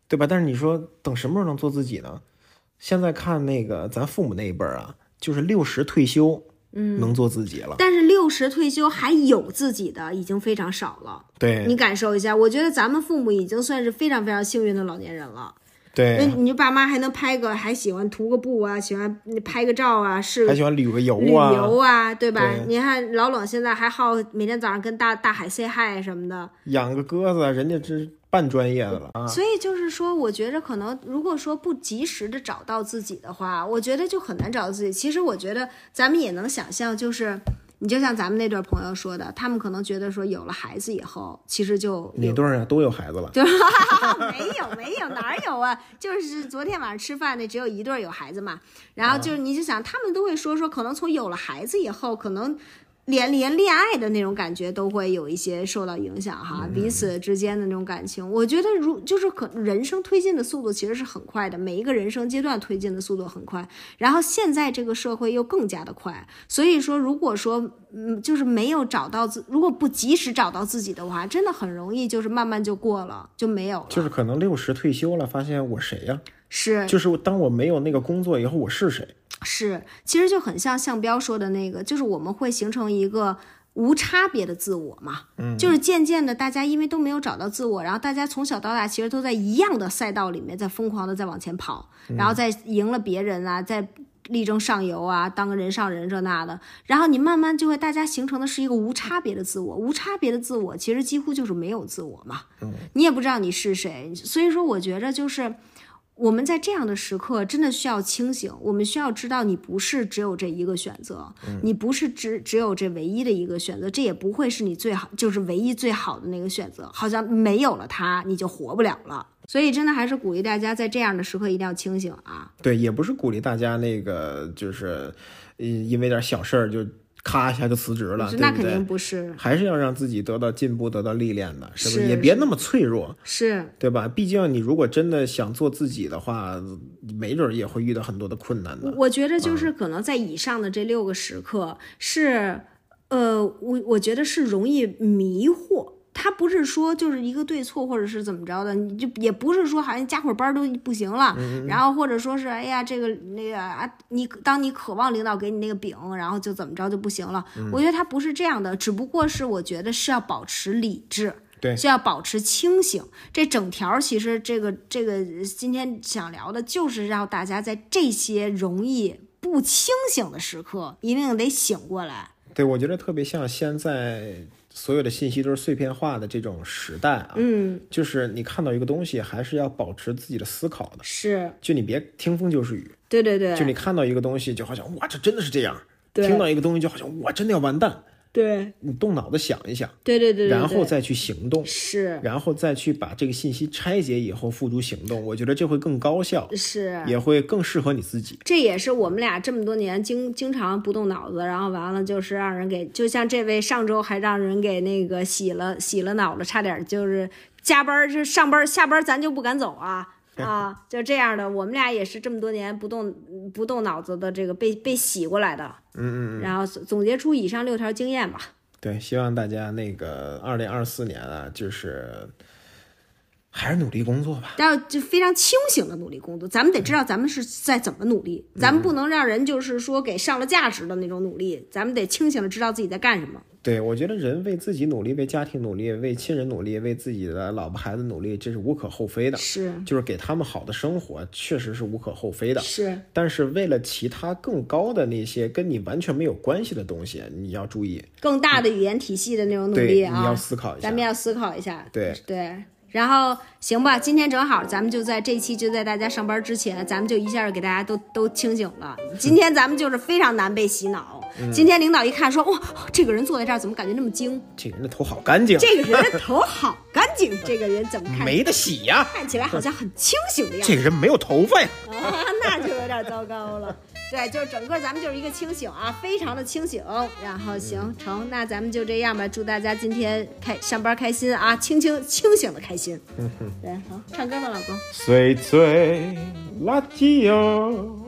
S2: 对吧？但是你说等什么时候能做自己呢？现在看那个咱父母那一辈儿啊，就是60退休，能做自己了。
S1: 但是60退休还有自己的已经非常少了。
S2: 对，
S1: 你感受一下，我觉得咱们父母已经算是非常非常幸运的老年人了。
S2: 对，
S1: 你爸妈还能还喜欢涂个布啊，喜欢拍个照啊，
S2: 还喜欢旅个游
S1: 啊，对吧？对，你看老冷现在还好，每天早上跟大海 say hi 什么的，
S2: 养个鸽子，人家这半专业的了啊。
S1: 所以就是说，我觉得可能如果说不及时的找到自己的话，我觉得就很难找到自己。其实我觉得咱们也能想象，就是你就像咱们那对朋友说的，他们可能觉得说有了孩子以后，其实就
S2: 哪对啊都有孩子了？
S1: 对，没有哪有啊？就是昨天晚上吃饭那只有一对有孩子嘛，然后就是你就想他们都会说可能从有了孩子以后，可能连恋爱的那种感觉都会有一些受到影响哈，彼此之间的那种感情，我觉得就是人生推进的速度其实是很快的，每一个人生阶段推进的速度很快，然后现在这个社会又更加的快，所以说如果说就是没有找到如果不及时找到自己的话，真的很容易就是慢慢就过了，就没有了。
S2: 就是可能60退休了，发现我谁呀？
S1: 是，
S2: 就是当我没有那个工作以后，我是谁？
S1: 是，其实就很像向彪说的那个，就是我们会形成一个无差别的自我嘛，就是渐渐的大家因为都没有找到自我，然后大家从小到大其实都在一样的赛道里面在疯狂的在往前跑，然后在赢了别人啊，在力争上游啊，当个人上人这那的，然后你慢慢就会大家形成的是一个无差别的自我，无差别的自我其实几乎就是没有自我嘛，你也不知道你是谁，所以说我觉得就是我们在这样的时刻真的需要清醒，我们需要知道你不是只有这一个选择，你不是只有这唯一的一个选择，这也不会是你最好就是唯一最好的那个选择，好像没有了它你就活不了了。所以真的还是鼓励大家在这样的时刻一定要清醒啊。
S2: 对，也不是鼓励大家那个就是因为点小事儿就咔一下就辞职了，
S1: 那肯定不是，
S2: 还是要让自己得到进步，得到历练的，是不是？也别那么脆弱，
S1: 是，
S2: 对吧？毕竟你如果真的想做自己的话，没准也会遇到很多的困难的。
S1: 我觉得就是可能在以上的这6个时刻是，我觉得是容易迷惑。他不是说就是一个对错或者是怎么着的，你就也不是说好像加会儿班都不行了，然后或者说是哎呀这个那个啊，当你渴望领导给你那个饼，然后就怎么着就不行了。我觉得他不是这样的，只不过是我觉得是要保持理智，
S2: 对，
S1: 是要保持清醒。这整条其实这个今天想聊的就是让大家在这些容易不清醒的时刻一定得醒过来。
S2: 对，我觉得特别像现在所有的信息都是碎片化的这种时代啊，就是你看到一个东西还是要保持自己的思考的，
S1: 是，
S2: 就你别听风就是雨，
S1: 对对对，
S2: 就你看到一个东西就好像哇这真的是这样，听到一个东西就好像哇真的要完蛋，
S1: 对，
S2: 你动脑子想一想，
S1: 对对 对，
S2: 然后再去行动，
S1: 是，
S2: 然后再去把这个信息拆解以后付诸行动，我觉得这会更高效，
S1: 是，
S2: 也会更适合你自己。
S1: 这也是我们俩这么多年经常不动脑子，然后完了就是让人给，就像这位上周还让人给那个洗了脑了，差点就是加班就上班下班咱就不敢走啊。啊，就这样的，我们俩也是这么多年不动脑子的这个被洗过来的，然后总结出以上6条经验吧。
S2: 对，希望大家那个2024年啊，就是还是努力工作吧，
S1: 但就非常清醒的努力工作，咱们得知道咱们是在怎么努力，咱们不能让人就是说给上了价值的那种努力，咱们得清醒的知道自己在干什么。
S2: 对，我觉得人为自己努力，为家庭努力，为亲人努力，为自己的老婆孩子努力，这是无可厚非的。
S1: 是，
S2: 就是给他们好的生活，确实是无可厚非的。
S1: 是，
S2: 但是为了其他更高的那些跟你完全没有关系的东西，你要注意
S1: 更大的语言体系的那种努力啊，
S2: 你要思考一下，
S1: 咱们要思考一下。
S2: 对
S1: 对。然后行吧，今天正好咱们就在这期就在大家上班之前，咱们就一下给大家都清醒了。今天咱们就是非常难被洗脑。今天领导一看说，哇，这个人坐在这儿怎么感觉那么精？
S2: 这个人的头好干净，
S1: 这个人的头好干净，这个人怎么看
S2: 没得洗呀？
S1: 看起来好像很清醒的样子。
S2: 这个人没有头发呀？
S1: 啊，那就有点糟糕了。对，就是整个咱们就是一个清醒啊，非常的清醒。然后行成，那咱们就这样吧。祝大家今天上班开心啊，清醒的开心。对，好，唱歌吧，老公。
S2: 碎碎垃圾哟。